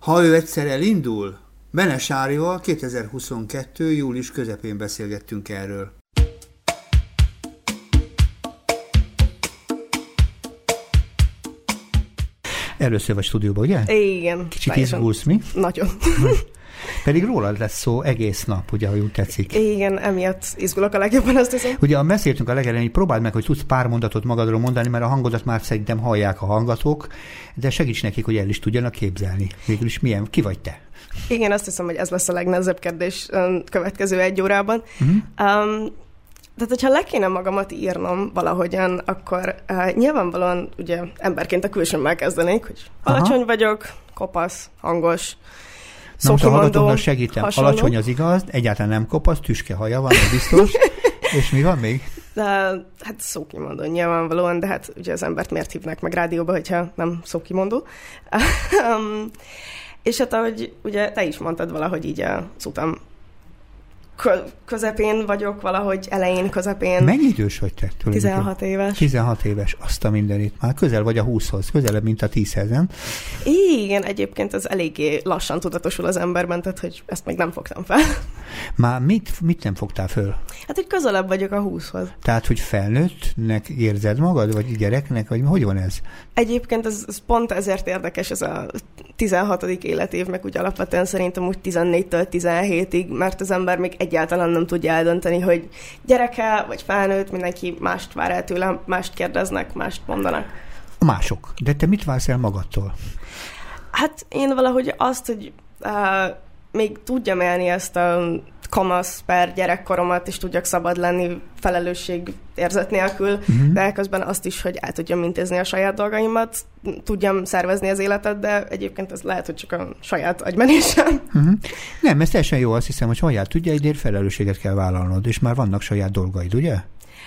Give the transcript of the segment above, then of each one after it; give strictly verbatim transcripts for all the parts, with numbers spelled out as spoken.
Ha ő egyszer elindul, Benes Árival kétezer-huszonkettő. július közepén beszélgettünk erről. Először vagy stúdióban, ugye? Igen. Kicsit izgulsz, mi? Nagyon. Pedig rólad lesz szó egész nap, ugye, ha úgy tetszik. Igen, emiatt izgulok a legjobban, azt hiszem. Ugye beszéltünk a legelején, hogy próbáld meg, hogy tudsz pár mondatot magadról mondani, mert a hangodat már szerintem hallják a hallgatók, de segíts nekik, hogy el is tudjanak képzelni. Végül is milyen, ki vagy te? Igen, azt hiszem, hogy ez lesz a legnehezebb kérdés a következő egy órában. Uh-huh. Um, tehát, hogyha le kéne magamat írnom valahogyan, akkor uh, nyilvánvalóan ugye emberként a külsőmmel kezdenék, hogy alacsony Aha. vagyok, kopasz, hangos, szókimondó, segítem, hasonló. Alacsony az igaz, egyáltalán nem kopasz, tüske haja van, biztos. És mi van még? De, hát szókimondó nyilvánvalóan, de hát ugye az embert miért hívnak meg rádióba, hogyha nem szókimondó. um, és hát ahogy ugye te is mondtad, valahogy így az utam közepén vagyok, valahogy elején, közepén. Mennyi idős vagy te? tizenhat éves. tizenhat éves, azt a mindenit. Már közel vagy a húszhoz, közelebb, mint a tízhez, nem? Igen, egyébként ez eléggé lassan tudatosul az emberben, tehát hogy ezt még nem fogtam fel. Már mit, mit nem fogtál föl? Hát, hogy közelebb vagyok a húszhoz. Tehát, hogy felnőttnek érzed magad, vagy gyereknek, vagy hogy van ez? Egyébként ez, ez pont ezért érdekes, ez a tizenhatodik életév, meg úgy alapvetően szerintem úgy tizennégytől tizenhétig, mert az ember még egyáltalán nem tudja eldönteni, hogy gyereke, vagy felnőtt, mindenki mást vár el tőlem, mást kérdeznek, mást mondanak. A mások. De te mit vársz el magadtól? Hát én valahogy azt, hogy uh, még tudjam élni ezt a kamasz per gyerekkoromat, és tudjak szabad lenni felelősség érzet nélkül, uh-huh. de közben azt is, hogy el tudjam intézni a saját dolgaimat, tudjam szervezni az életet, de egyébként ez lehet, hogy csak a saját agymenésem. Uh-huh. Nem, ez teljesen jó, azt hiszem, hogy saját tudjaidért felelősséget kell vállalnod, és már vannak saját dolgaid, ugye?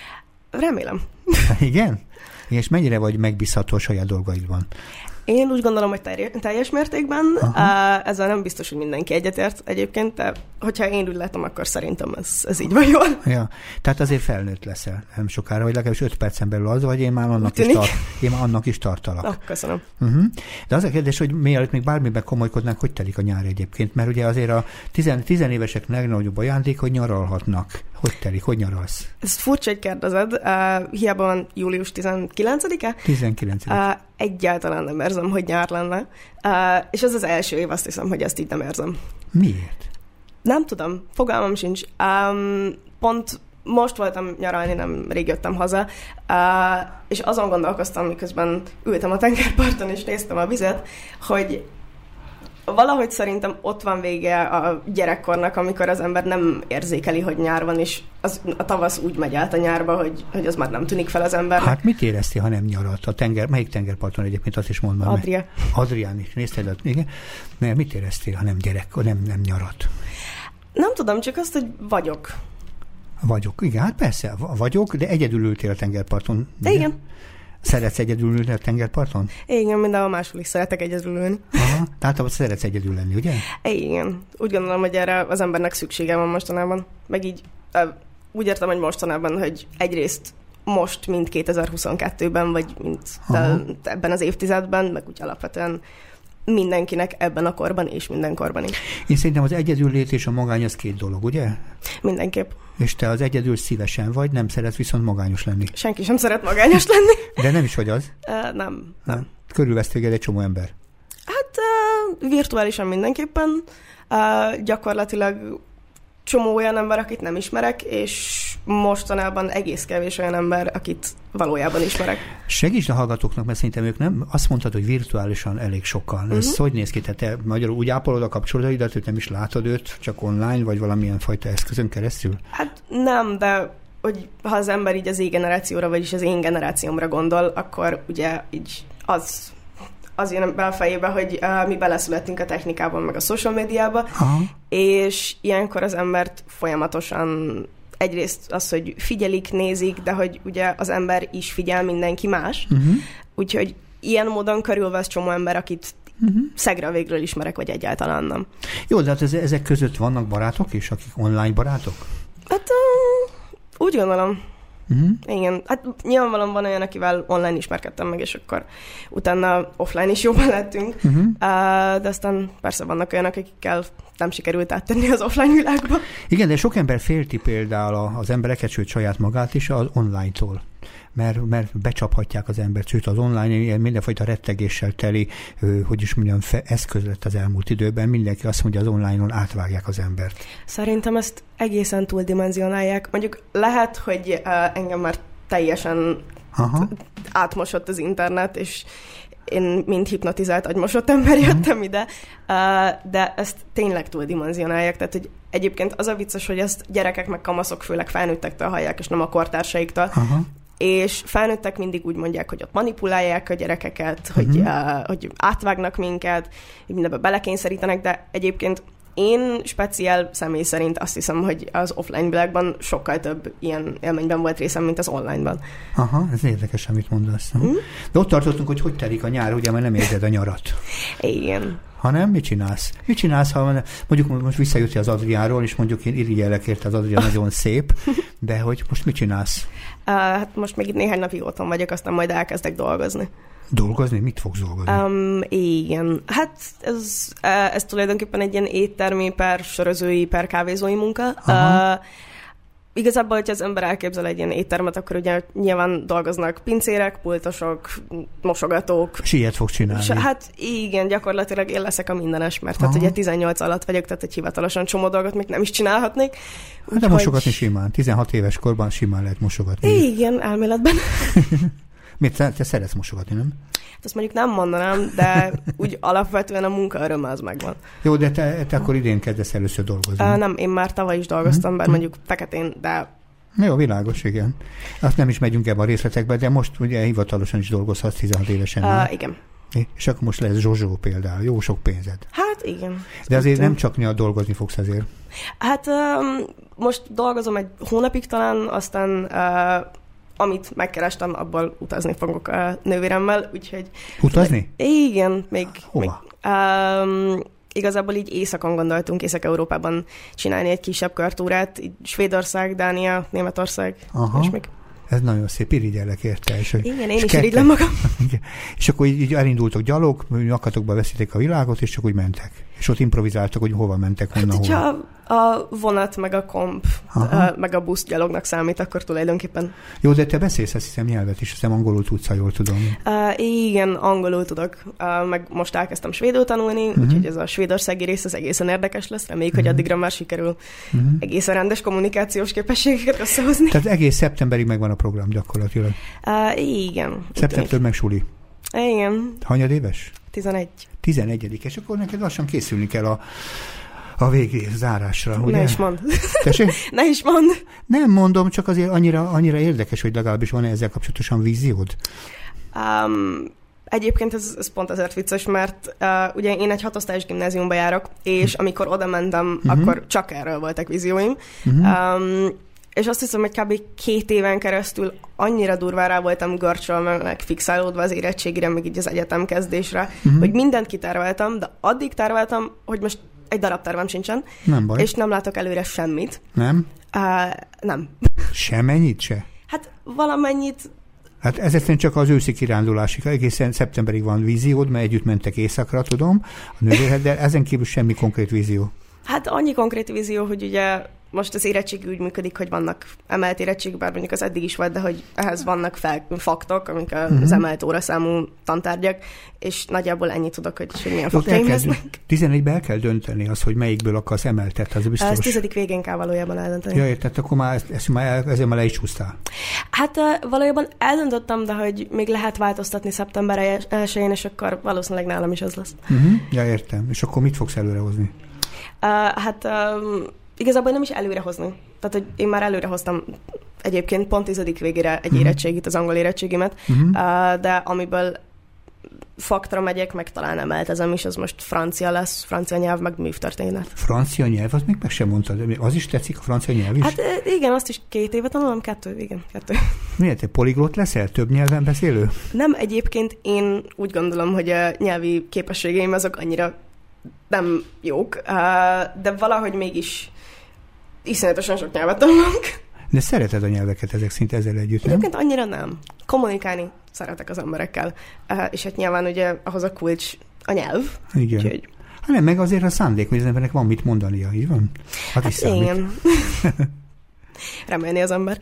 Remélem. Igen? És mennyire vagy megbízható a saját dolgaidban? Én úgy gondolom, hogy teljes mértékben. Uh, ezzel nem biztos, hogy mindenki egyetért egyébként, de hogyha én úgy látom, akkor szerintem ez, ez így van jól. Ja. Tehát azért felnőtt leszel nem sokára, vagy legalábbis öt percen belül az, vagy én már annak, is, tart, én már annak is tartalak. Oh, köszönöm. Uh-huh. De az a kérdés, hogy mielőtt még bármiben komolykodnánk, hogy telik a nyár egyébként? Mert ugye azért a tizen, tizenévesek legnagyobb ajándék, hogy nyaralhatnak. Hogy telik? Hogy nyaralsz? Ez furcsa, hogy kérdezed. Uh, hiába van július tizenkilencedike? tizenkilencedike. Uh, egyáltalán nem érzem, hogy nyár lenne. Uh, és ez az első év, azt hiszem, hogy ezt így nem érzem. Miért? Nem tudom. Fogalmam sincs. Um, pont most voltam nyaralni, nem rég jöttem haza, uh, és azon gondolkoztam, miközben ültem a tengerparton, és néztem a vizet, hogy valahogy szerintem ott van vége a gyerekkornak, amikor az ember nem érzékeli, hogy nyár van, és az, a tavasz úgy megy át a nyárba, hogy, hogy az már nem tűnik fel az embernek. Hát mit éreztél, ha nem nyaralt? A tenger, melyik tengerparton egyébként, azt is mondd már. Adria. Adrián is, nézted? Igen? Mert mit éreztél, ha nem gyerek, nem, nem nyaralt? Nem tudom, csak azt, hogy vagyok. Vagyok, igen, hát persze, vagyok, de egyedül ültél a tengerparton. De igen. Szeretsz egyedül ülni a tengerparton? Igen, mindenhol máshol is szeretek egyedül ülni. Aha, tehát szeretsz egyedül lenni, ugye? Igen. Úgy gondolom, hogy erre az embernek szüksége van mostanában. Meg így úgy értem, hogy mostanában, hogy egyrészt most, mint kétezer-huszonkettőben, vagy mint ebben az évtizedben, meg úgy alapvetően mindenkinek ebben a korban és mindenkorban is. Én szerintem az egyedüllét és a magány az két dolog, ugye? Mindenképp. És te az egyedül szívesen vagy, nem szeretsz viszont magányos lenni. Senki sem szeret magányos lenni. De nem is vagy az? Uh, nem. nem. Körülvesz téged egy csomó ember. Hát uh, virtuálisan mindenképpen. Uh, gyakorlatilag csomó olyan ember, akit nem ismerek, és mostanában egész kevés olyan ember, akit valójában ismerek. Segíts a hallgatóknak, mert szerintem ők nem, azt mondtad, hogy virtuálisan elég sokan. Uh-huh. Ez hogy néz ki? Tehát te magyarul úgy ápolod a kapcsolataidat, hogy nem is látod őt, csak online, vagy valamilyen fajta eszközön keresztül? Hát nem, de hogy ha az ember így az én-generációra, vagyis az én generációmra gondol, akkor ugye így az... az jön be a fejébe, hogy uh, mi beleszülettünk a technikában, meg a social médiába, Aha. és ilyenkor az embert folyamatosan egyrészt az, hogy figyelik, nézik, de hogy ugye az ember is figyel, mindenki más. Uh-huh. Úgyhogy ilyen módon körülvesz csomó ember, akit uh-huh. szegre a végről ismerek, vagy egyáltalán nem. Jó, de hát ezek között vannak barátok is, akik online barátok? Hát uh, úgy gondolom. Uh-huh. Igen. Hát nyilvánvalóan van olyan, akivel online ismerkedtem meg, és akkor utána offline is jobban lettünk. Uh-huh. Uh, de aztán persze vannak olyanok, akikkel nem sikerült áttenni az offline világba. Igen, de sok ember félti például az embereket, sőt saját magát is az online-tól. Mert, mert becsaphatják az embert, sőt az online ilyen mindenfajta rettegéssel teli, hogy is mondjam, eszköz lett az elmúlt időben. Mindenki azt mondja, az online-on átvágják az embert. Szerintem ezt egészen túldimenzionálják. Mondjuk lehet, hogy uh, engem már teljesen Aha. átmosott az internet, és én mind hipnotizált, agymosott ember jöttem uh-huh. ide, uh, de ezt tényleg túldimenzionálják. Tehát, hogy egyébként az a vicces, hogy ezt gyerekek meg kamaszok főleg felnőttektől hallják, és nem a kortársaiktól. Uh-huh. És felnőttek mindig úgy mondják, hogy ott manipulálják a gyerekeket, uh-huh. hogy, uh, hogy átvágnak minket, hogy mindenbe belekényszerítenek, de egyébként én speciál személy szerint azt hiszem, hogy az offline világban sokkal több ilyen élményben volt részem, mint az online-ban. Aha, ez érdekes, amit mondasz. Mm. De ott tartottunk, hogy hogy telik a nyár, ugye, mert nem érzed a nyarat. Igen. Hanem mit csinálsz? Mit csinálsz, ha mondjuk most visszajöttél az Adriáról, és mondjuk én irigyellek érte, az Adria nagyon szép, de hogy most mit csinálsz? Uh, hát most még itt néhány napig otthon vagyok, aztán majd elkezdek dolgozni. Dolgozni? Mit fogsz dolgozni? Um, igen. Hát ez, ez tulajdonképpen egy ilyen éttermi per sörözői per kávézói munka. Uh, igazából, hogyha az ember elképzel egy ilyen éttermet, akkor ugye nyilván dolgoznak pincérek, pultosok, mosogatók. És ilyet fog csinálni. És, hát igen, gyakorlatilag én leszek a mindenes, mert hát ugye tizennyolc alatt vagyok, tehát egy hivatalosan csomó dolgot még nem is csinálhatnék. Hát de mosogatni simán. tizenhat éves korban simán lehet mosogatni. Igen, elméletben. Miért te, te szeretsz mosogatni, nem? Hát azt mondjuk nem mondanám, de úgy alapvetően a munka öröme az megvan. Jó, de te, te akkor idén kezdesz először dolgozni. Uh, nem, én már tavaly is dolgoztam, bár mondjuk feketén, de... Jó, világos, igen. Azt nem is megyünk ebbe a részletekbe, de most ugye hivatalosan is dolgozhatsz tizenhat évesen. Uh, igen. És akkor most lesz Zsozsó például. Jó sok pénzed. Hát igen. De azért nem csak dolgozni fogsz azért. Hát um, most dolgozom egy hónapig talán, aztán... Uh, amit megkerestem, abból utazni fogok a nővéremmel, úgyhogy... Utazni? Igen, még... Hova? még um, igazából így északon gondoltunk, Észak-Európában csinálni egy kisebb körtúrát, így Svédország, Dánia, Németország, Aha. és még... Ez nagyon szép, irigyellek érte. És, igen, én is irigylem magam. És akkor így, így elindultok gyalog, nyakatokba veszitek a világot, és csak úgy mentek. És ott improvizáltak, hogy hova mentek, honnan, hát, hova. A vonat, meg a komp, a, meg a busz gyalognak számít, akkor tulajdonképpen. Jó, de te beszélsz, azt hiszem, nyelvet is, azt hiszem, angolul tudsz, ha jól tudom. Uh, igen, angolul tudok, uh, meg most elkezdtem svédul tanulni, uh-huh. úgyhogy ez a svédországi rész az egészen érdekes lesz, reméljük, uh-huh. hogy addigra már sikerül uh-huh. egészen rendes kommunikációs képességeket összehozni. Tehát egész szeptemberig megvan a program gyakorlatilag. Uh, igen. Szeptember meg suli. Igen. Hanyad éves? tizenegy. tizenegyedik, és akkor neked lassan készülni kell a a végé zárásra, ugye? Ne is mondd. Tessék? Ne is mondd. Nem mondom, csak azért annyira, annyira érdekes, hogy legalábbis van ezzel kapcsolatosan víziód? Um, egyébként ez, ez pont azért vicces, mert uh, ugye én egy hatosztályos gimnáziumba járok, és amikor oda mentem, uh-huh. akkor csak erről voltak vízióim. Uh-huh. Um, és azt hiszem, hogy kb. két éven keresztül annyira durván rá voltam görcsölve, meg fixálódva az érettségire, meg így az egyetem kezdésre, uh-huh. hogy mindent kitárváltam, de addig tárváltam, hogy most egy darab tervem sincsen, nem baj. És nem látok előre semmit. Nem? Uh, nem. Semmennyit se? Hát valamennyit. Hát ez egyszerűen csak az őszi kirándulásig, egészen szeptemberig van víziód, mert együtt mentek éjszakra, tudom, a nővérhed, de ezen kívül semmi konkrét vízió. Hát annyi konkrét vízió, hogy ugye most az érettség úgy működik, hogy vannak emelt érettség, bár mondjuk az eddig is volt, de hogy ehhez vannak fel, faktok, amik az uh-huh. emelt óraszámú tantárgyak, és nagyjából ennyit tudok, hogy, hogy milyen fakjaim lesznek. tizenegyben el kell dönteni az, hogy melyikből akarsz emeltet, az biztos. Ezt tizedik végén kell valójában eldönteni. Ja, érted, akkor már, ezt, ezt már ezzel már le is csúsztál. Hát valójában eldöntöttem, de hogy még lehet változtatni szeptember elsején, és akkor valószínűleg nálam is az lesz. Uh-huh. Ja, értem. És akkor mit fogsz előrehozni? Uh, hát um, igazából nem is előrehozni. Tehát, hogy én már előrehoztam egyébként pont tizedik végére egy uh-huh. érettségit, az angol érettségimet, uh-huh. uh, de amiből faktra megyek, meg talán emeltezem is, az most francia lesz, francia nyelv, meg művtörténet. Francia nyelv, azt még meg sem mondtad. Az is tetszik, a francia nyelv is? Hát igen, azt is két éve tanulom, kettő, igen, kettő. Miért, te poliglott leszel? Több nyelven beszélő? Nem, egyébként én úgy gondolom, hogy a nyelvi képességeim azok annyira nem jók, de valahogy mégis iszonyatosan sok nyelvet tanulok. De szereted a nyelveket ezek szinte ezzel együtt, nem? Egyébként annyira nem. Kommunikálni szeretek az emberekkel. Uh, és hát nyilván ugye ahhoz a kulcs a nyelv. Igen. Úgyhogy... Hát nem, meg azért a szándék, hogy az embernek van mit mondania, így van? Hát, hát igen. Remélni az ember.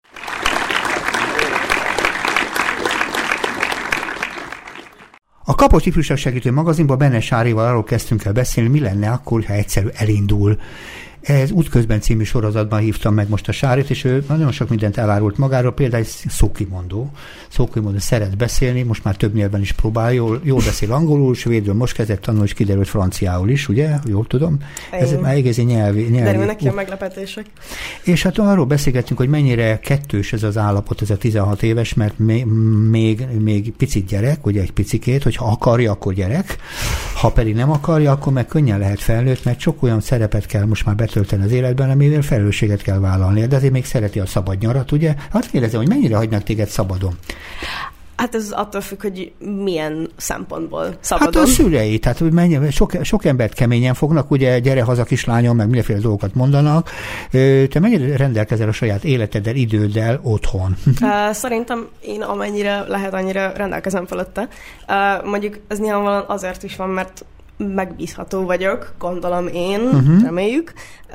A Kapocs Ifjúság Segítő magazinban Benne Sárival arról kezdtünk el beszélni, mi lenne akkor, ha egyszerű elindul. Ez Útközben című sorozatban hívtam meg most a Sárit, és ő nagyon sok mindent elárult magáról, például egy szókimondó. Szókimondó szeret beszélni, most már több nyelven is próbál, jól, jól beszél angolul, svédül most kezdett tanulni, és kiderült franciául is, ugye? Jól tudom? Ez már egész nyelvi. nyelvi Derülnek ki a meglepetések. És hát arról beszélgettünk, hogy mennyire kettős ez az állapot, ez a tizenhat éves, mert még, még, még picit gyerek, ugye egy picikét, hogyha akarja, akkor gyerek, ha pedig nem akarja, akkor meg könnyen lehet felnőtt, mert sok olyan szerepet kell most már betölteni az életben, amivel felelősséget kell vállalni. De azért még szereti a szabad nyarat, ugye? Hát kérdezem, hogy mennyire hagynak téged szabadon? Hát ez attól függ, hogy milyen szempontból szabadon. Hát a szülei, tehát hogy mennyi, sok, sok embert keményen fognak, ugye gyere haza kislányom, meg mindenféle dolgokat mondanak. Te mennyire rendelkezel a saját életeddel, időddel otthon? Szerintem én amennyire lehet, annyira rendelkezem fölötte. Mondjuk ez nyilvánvalóan azért is van, mert megbízható vagyok, gondolom én, uh-huh. reméljük.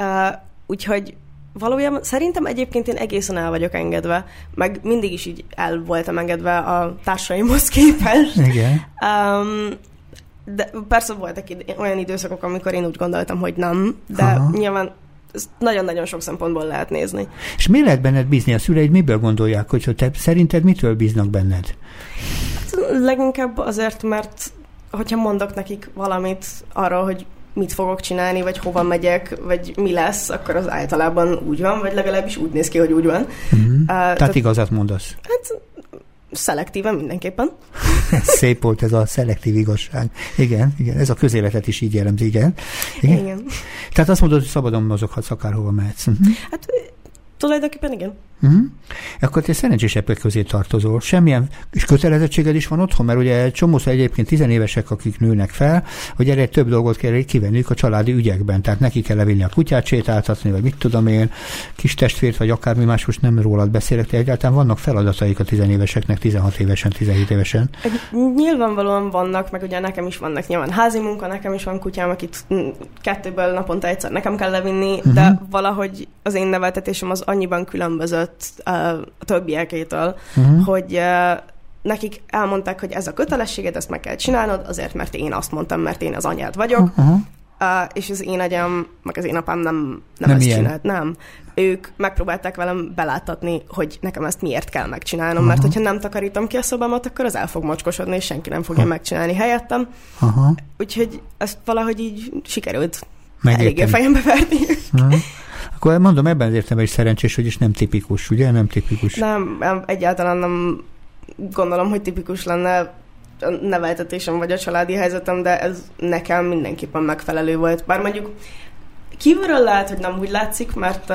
Úgyhogy valójában szerintem egyébként én egészen el vagyok engedve, meg mindig is így el voltam engedve a társaimhoz képest. Igen. Um, de persze voltak olyan időszakok, amikor én úgy gondoltam, hogy nem, de aha. nyilván ezt nagyon-nagyon sok szempontból lehet nézni. És mi lehet benned bízni? A szüleid miből gondolják, hogy te szerinted mitől bíznak benned? Hát, leginkább azért, mert hogyha mondok nekik valamit arról, hogy mit fogok csinálni, vagy hova megyek, vagy mi lesz, akkor az általában úgy van, vagy legalábbis úgy néz ki, hogy úgy van. Mm-hmm. Uh, tehát, tehát igazat mondasz? Hát szelektíven mindenképpen. Szép volt ez a szelektív igazság. Igen, igen, ez a közéletet is így jellemzi, igen. Igen. igen. Tehát azt mondod, hogy szabadon mozoghatsz, akárhova mehetsz. Uh-huh. Hát tulajdonképpen igen. Uh-huh. Akkor te szerencsésebbek közé tartozol. Semmilyen és kötelezettséged is van otthon, mert ugye csomószor egyébként tizenévesek, akik nőnek fel, hogy erre több dolgot kell kivennük a családi ügyekben. Tehát neki kell levinni a kutyát sétáltatni, vagy mit tudom én, kis testvért, vagy akármi más, most nem rólad beszélek, de egyáltalán vannak feladataik a tizenéveseknek, tizenhat évesen, tizenhét évesen. Nyilvánvalóan vannak, meg ugye nekem is vannak nyilván házi munka, nekem is van kutyám, akit kettőből naponta egyszer nekem kell levinni, uh-huh. de valahogy az én neveltetésem az annyiban különbözött a többiekétől, uh-huh. hogy uh, nekik elmondták, hogy ez a kötelességed, ezt meg kell csinálnod, azért, mert én azt mondtam, mert én az anyád vagyok, uh-huh. uh, és az én agyam, meg az én apám nem, nem, nem ezt ilyen. csinált, nem. Ők megpróbálták velem beláttatni, hogy nekem ezt miért kell megcsinálnom, uh-huh. mert hogyha nem takarítom ki a szobámat, akkor az el fog mocskosodni, és senki nem fogja uh-huh. megcsinálni helyettem. Uh-huh. Úgyhogy ezt valahogy így sikerült megértem. Eléggé fejembe verni. Uh-huh. Akkor mondom, ebben az értelemben is szerencsés, hogy is nem tipikus, ugye? Nem tipikus. Nem, egyáltalán nem gondolom, hogy tipikus lenne a neveltetésem vagy a családi helyzetem, de ez nekem mindenképpen megfelelő volt. Bár mondjuk kívülről lehet, hogy nem úgy látszik, mert uh,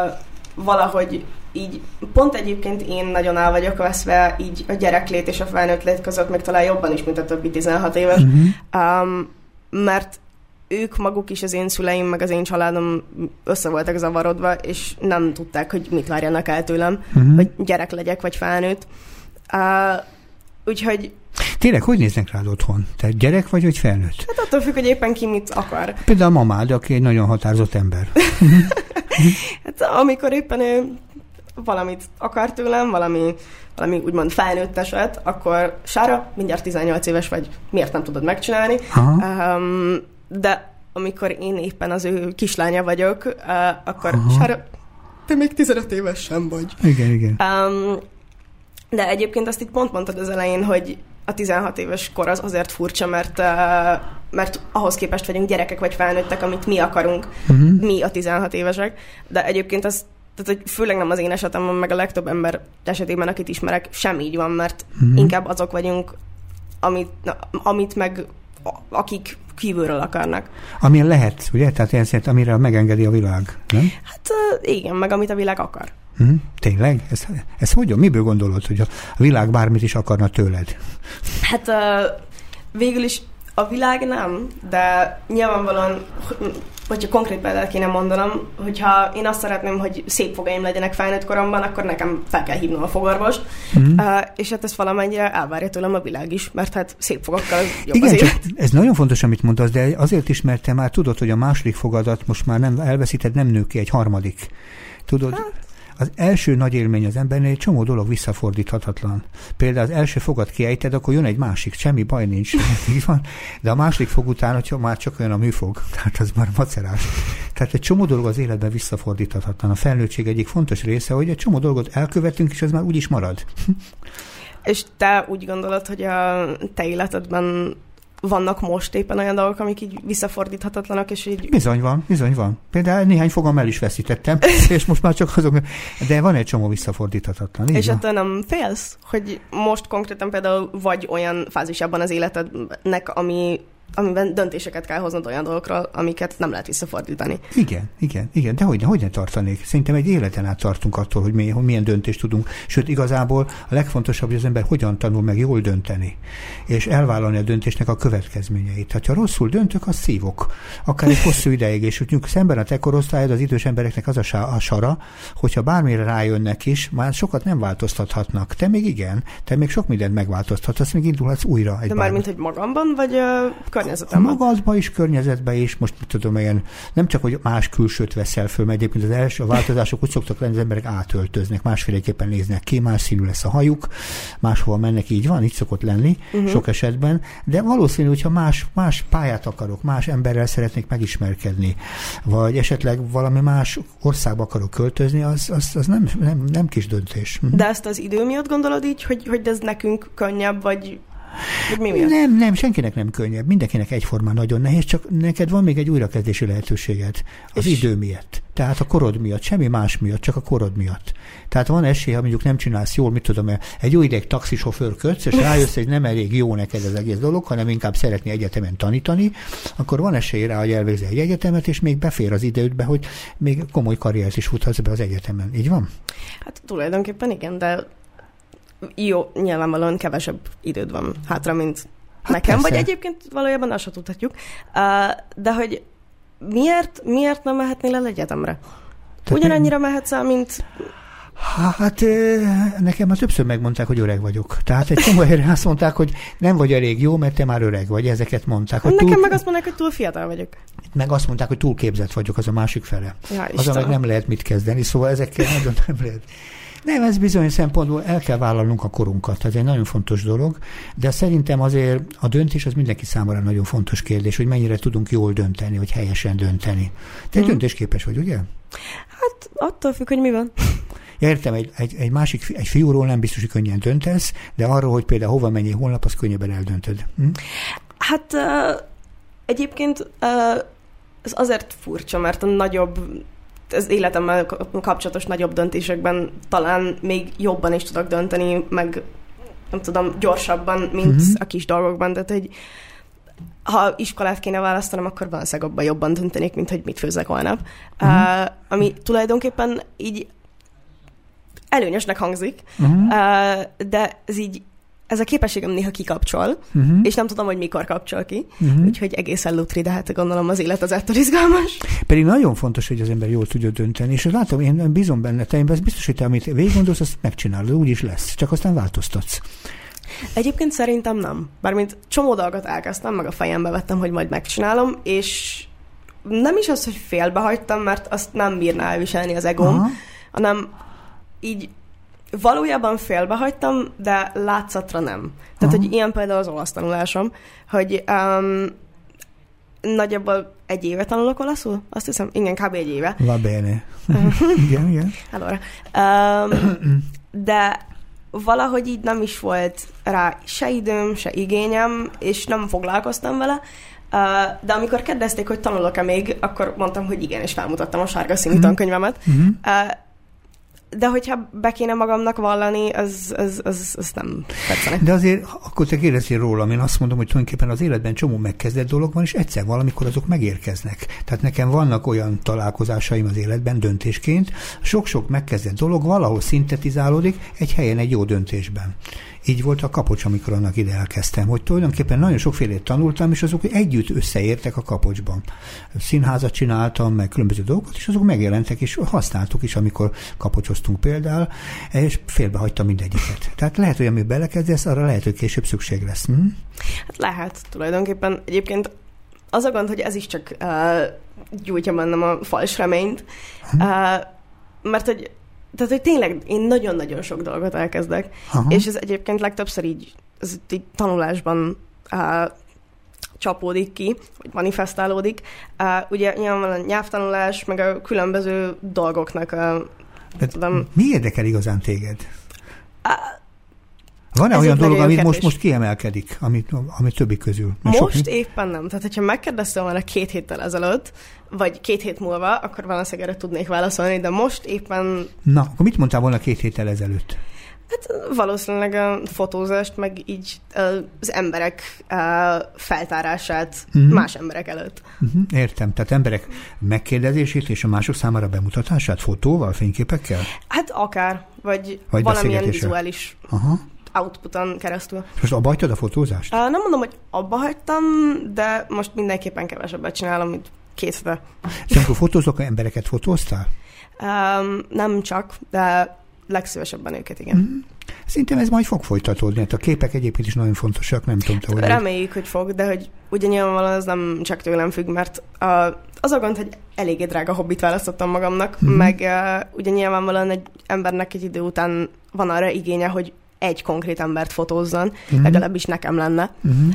valahogy így, pont egyébként én nagyon el vagyok veszve így a gyereklét és a felnőtt lét között, még talán jobban is, mint a többi tizenhat éves. Uh-huh. Um, mert ők maguk is, az én szüleim, meg az én családom össze voltak zavarodva, és nem tudták, hogy mit várjanak el tőlem, uh-huh. hogy gyerek legyek, vagy felnőtt. Uh, úgyhogy... Tényleg, hogy néznek rád otthon? Te gyerek vagy, vagy felnőtt? Hát attól függ, hogy éppen ki mit akar. Például a mamád, aki egy nagyon határozott ember. Hát amikor éppen ő valamit akar tőlem, valami, valami úgymond felnőtt eset, akkor Sára, mindjárt tizennyolc éves vagy, miért nem tudod megcsinálni? Um, de amikor én éppen az ő kislánya vagyok, uh, akkor aha. Sára, te még tizenöt éves sem vagy. Igen, igen. Um, de egyébként azt itt pont mondtad az elején, hogy a tizenhat éves kor az azért furcsa, mert, uh, mert ahhoz képest vagyunk gyerekek vagy felnőttek, amit mi akarunk, uh-huh. mi a tizenhat évesek, de egyébként az, tehát, hogy főleg nem az én esetemben, meg a legtöbb ember esetében, akit ismerek, sem így van, mert uh-huh. inkább azok vagyunk, amit, na, amit meg akik kívülről akarnak. Amilyen lehet, ugye? Tehát ilyen szerint, amire megengedi a világ, nem? Hát uh, igen, meg amit a világ akar. Uh-huh. Tényleg? Ez, ez hogyan? Miből gondolod, hogy a világ bármit is akarna tőled? Hát uh, végül is a világ nem, de nyilvánvalóan hogyha konkrét példát kéne mondanom, hogyha én azt szeretném, hogy szép fogaim legyenek felnőtt koromban, akkor nekem fel kell hívnom a fogorvost, mm. uh, és hát ezt valamennyire elvárja tőlem a világ is, mert hát szép fogakkal jobb. Igen, az csak ez nagyon fontos, amit mondasz, de azért is, mert te már tudod, hogy a második fogadat most már nem elveszíted, nem nő ki egy harmadik. Tudod? Hát. Az első nagy élmény az embernél egy csomó dolog visszafordíthatatlan. Például az első fogat kiejted, akkor jön egy másik, semmi baj nincs. Így van. De a második fog után, hogyha már csak olyan a műfog, tehát az már macerás. Tehát egy csomó dolog az életben visszafordíthatatlan. A felnőttség egyik fontos része, hogy egy csomó dolgot elkövetünk, és ez már úgyis marad. És te úgy gondolod, hogy a te életedben vannak most éppen olyan dolgok, amik így visszafordíthatatlanak, és így... Bizony van, bizony van. Például néhány fogam el is veszítettem, és most már csak azok... De van egy csomó visszafordíthatatlan. És ettől nem félsz, hogy most konkrétan például vagy olyan fázisában az életednek, ami... amiben döntéseket kell hoznod olyan dolgokról, amiket nem lehet visszafordítani. Igen, igen, igen, de hogy ne, hogy ne tartanék? Szerintem egy életen át tartunk attól, hogy, mi, hogy milyen döntést tudunk. Sőt, igazából a legfontosabb, hogy az ember hogyan tanul meg jól dönteni, és elvállalni a döntésnek a következményeit. Hát, ha rosszul döntök, az szívok. Akár egy hosszú ideig, és úgy szemben a te korosztályod, az idős embereknek az a, a sara, hogyha bármire rájönnek is, már sokat nem változtathatnak. Te még igen, te még sok mindent megváltoztathatsz, még indulhatsz újra. Egy de már mint hogy magamban, vagy uh, környezetemben? Magadban is, környezetben is, most mit tudom, ilyen, nem csak, hogy más külsőt veszel föl, mert egyébként az első a változások úgy szoktak lenni, az emberek átöltöznek, másféleképpen néznek ki, más színű lesz a hajuk, máshova mennek, így van, így szokott lenni uh-huh. sok esetben, de valószínű, hogyha más, más pályát akarok, más emberrel szeretnék megismerkedni, vagy esetleg valami más országba akarok költözni, az, az, az nem, nem, nem kis döntés. De ezt az idő miatt gondolod így, hogy, hogy ez nekünk könnyebb, vagy Mi nem, nem, senkinek nem könnyebb. Mindenkinek egyformán nagyon nehéz, csak neked van még egy újrakezdési lehetőséged. Az és idő miatt. Tehát a korod miatt, semmi más miatt, csak a korod miatt. Tehát van esély, ha mondjuk nem csinálsz jól, mit tudom, egy új ideig taxisofőrködsz, és rájössz, hogy nem elég jó neked az egész dolog, hanem inkább szeretné egyetemen tanítani, akkor van esély rá, hogy elvégzel egy egyetemet, és még befér az idődbe, hogy még komoly karriert is futhatsz be az egyetemen. Így van? Hát tulajdonképpen igen, de jó, nyilvánvalóan kevesebb időd van hátra, mint hát nekem, persze. Vagy egyébként valójában azt sem tudhatjuk. De hogy miért, miért nem mehetnél el egyetemre? Ugyanannyira mehetsz el, mint... Hát nekem már többször megmondták, hogy öreg vagyok. Tehát egy csomó helyre azt mondták, hogy nem vagy elég jó, mert te már öreg vagy. Ezeket mondták. Hogy nekem túl... meg azt mondják, hogy túl fiatal vagyok. Meg azt mondták, hogy túl képzett vagyok, az a másik fele. Ja, azzal meg nem lehet mit kezdeni, szóval ezekkel nagyon nem lehet. Nem, ez bizonyos szempontból el kell vállalnunk a korunkat. Ez egy nagyon fontos dolog, de szerintem azért a döntés az mindenki számára nagyon fontos kérdés, hogy mennyire tudunk jól dönteni, hogy helyesen dönteni. Te hmm. döntésképes vagy, ugye? Hát attól függ, hogy mi van. Ja, értem, egy, egy, egy másik egy fiúról nem biztos, hogy könnyen döntesz, de arról, hogy például hova menjél holnap, az könnyebben eldöntöd. Hm? Hát uh, egyébként uh, ez azért furcsa, mert a nagyobb az életemmel kapcsolatos nagyobb döntésekben talán még jobban is tudok dönteni, meg nem tudom, gyorsabban, mint uh-huh. a kis dolgokban. Tehát, hogy ha iskolát kéne választanom, akkor valószínűleg abban jobban döntenék, mint hogy mit főzzek holnap. Uh-huh. Uh, ami tulajdonképpen így előnyösnek hangzik, uh-huh. uh, de ez így ez a képességem néha kikapcsol, uh-huh. és nem tudom, hogy mikor kapcsol ki, uh-huh. úgyhogy egészen lutri, de hát gondolom az élet az ettől izgalmas. Pedig nagyon fontos, hogy az ember jól tudja dönteni, és látom, én bízom benne, te, én biztos, hogy te, amit végiggondolsz, azt megcsinálod, úgy is lesz, csak aztán változtatsz. Egyébként szerintem nem. Bármint csomó dolgot elkezdtem, meg a fejembe vettem, hogy majd megcsinálom, és nem is az, hogy félbehagytam, mert azt nem bírná elviselni az egóm, aha. hanem így valójában félbehagytam, de látszatra nem. Tehát, aha. hogy ilyen például az olasz tanulásom, hogy um, nagyjából egy éve tanulok olaszul? Azt hiszem, igen, kb. Egy éve. Va bene. igen, igen. Allora. Um, de valahogy így nem is volt rá se időm, se igényem, és nem foglalkoztam vele. Uh, de amikor kérdezték, hogy tanulok-e még, akkor mondtam, hogy igen, és felmutattam a sárga színű mm-hmm. tankönyvemet. Mm-hmm. Uh, de hogyha be kéne magamnak vallani, az, az, az, az nem tetszene. De azért, akkor te kérdezzél rólam, én azt mondom, hogy tulajdonképpen az életben csomó megkezdett dolog van, és egyszer valamikor azok megérkeznek. Tehát nekem vannak olyan találkozásaim az életben döntésként, sok-sok megkezdett dolog valahol szintetizálódik egy helyen, egy jó döntésben. Így volt a Kapocs, amikor annak ide elkezdtem, hogy tulajdonképpen nagyon sokfélét tanultam, és azok együtt összeértek a Kapocsban. Színházat csináltam, meg különböző dolgokat, és azok megjelentek, és használtuk is, amikor kapocsoztunk például, és félbehagytam mindegyiket. Tehát lehet, hogy amíg belekezdesz, arra lehet, hogy később szükség lesz. Hm? Hát lehet, tulajdonképpen. Egyébként az a gond, hogy ez is csak uh, gyújtja bennem a fals reményt, hm. uh, mert hogy Tehát, hogy tényleg én nagyon-nagyon sok dolgot elkezdek, aha. és ez egyébként legtöbbször így, ez így tanulásban uh, csapódik ki, vagy manifestálódik. Uh, ugye nyilvánvalóan a nyelvtanulás, meg a különböző dolgoknak a... tudom, mi érdekel igazán téged? Uh, Van-e olyan dolog, amit most, most kiemelkedik, amit, amit többi közül? Most sok, éppen nem. Tehát, hogyha megkérdeztem volna két héttel ezelőtt, vagy két hét múlva, akkor valószínűleg erre tudnék válaszolni, de most éppen... Na, akkor mit mondtál volna két héttel ezelőtt? Hát valószínűleg a fotózást, meg így az emberek feltárását uh-huh. más emberek előtt. Uh-huh. Értem. Tehát emberek megkérdezését és a mások számára bemutatását fotóval, fényképekkel? Hát akár, vagy, vagy valamilyen vizuális Aha. outputon keresztül. És most abba hagytad a fotózást? Uh, nem mondom, hogy abba hagytam, de most mindenképpen kevesebbet csinálom, mint két hete. És amikor fotózok, embereket fotóztál? Um, nem csak, de legszívesebben őket, igen. Mm. Szerintem ez majd fog folytatódni, hát a képek egyébként is nagyon fontosak, nem tudom, te, hogy... Reméljük, hogy fog, de hogy ugye nyilvánvalóan ez nem csak tőlem függ, mert uh, az a gond, hogy eléggé drága hobbit választottam magamnak, mm. meg uh, ugye nyilvánvalóan egy embernek egy idő után van arra igénye, hogy egy konkrét embert fotózzon, mm. legalábbis nekem lenne. Mm.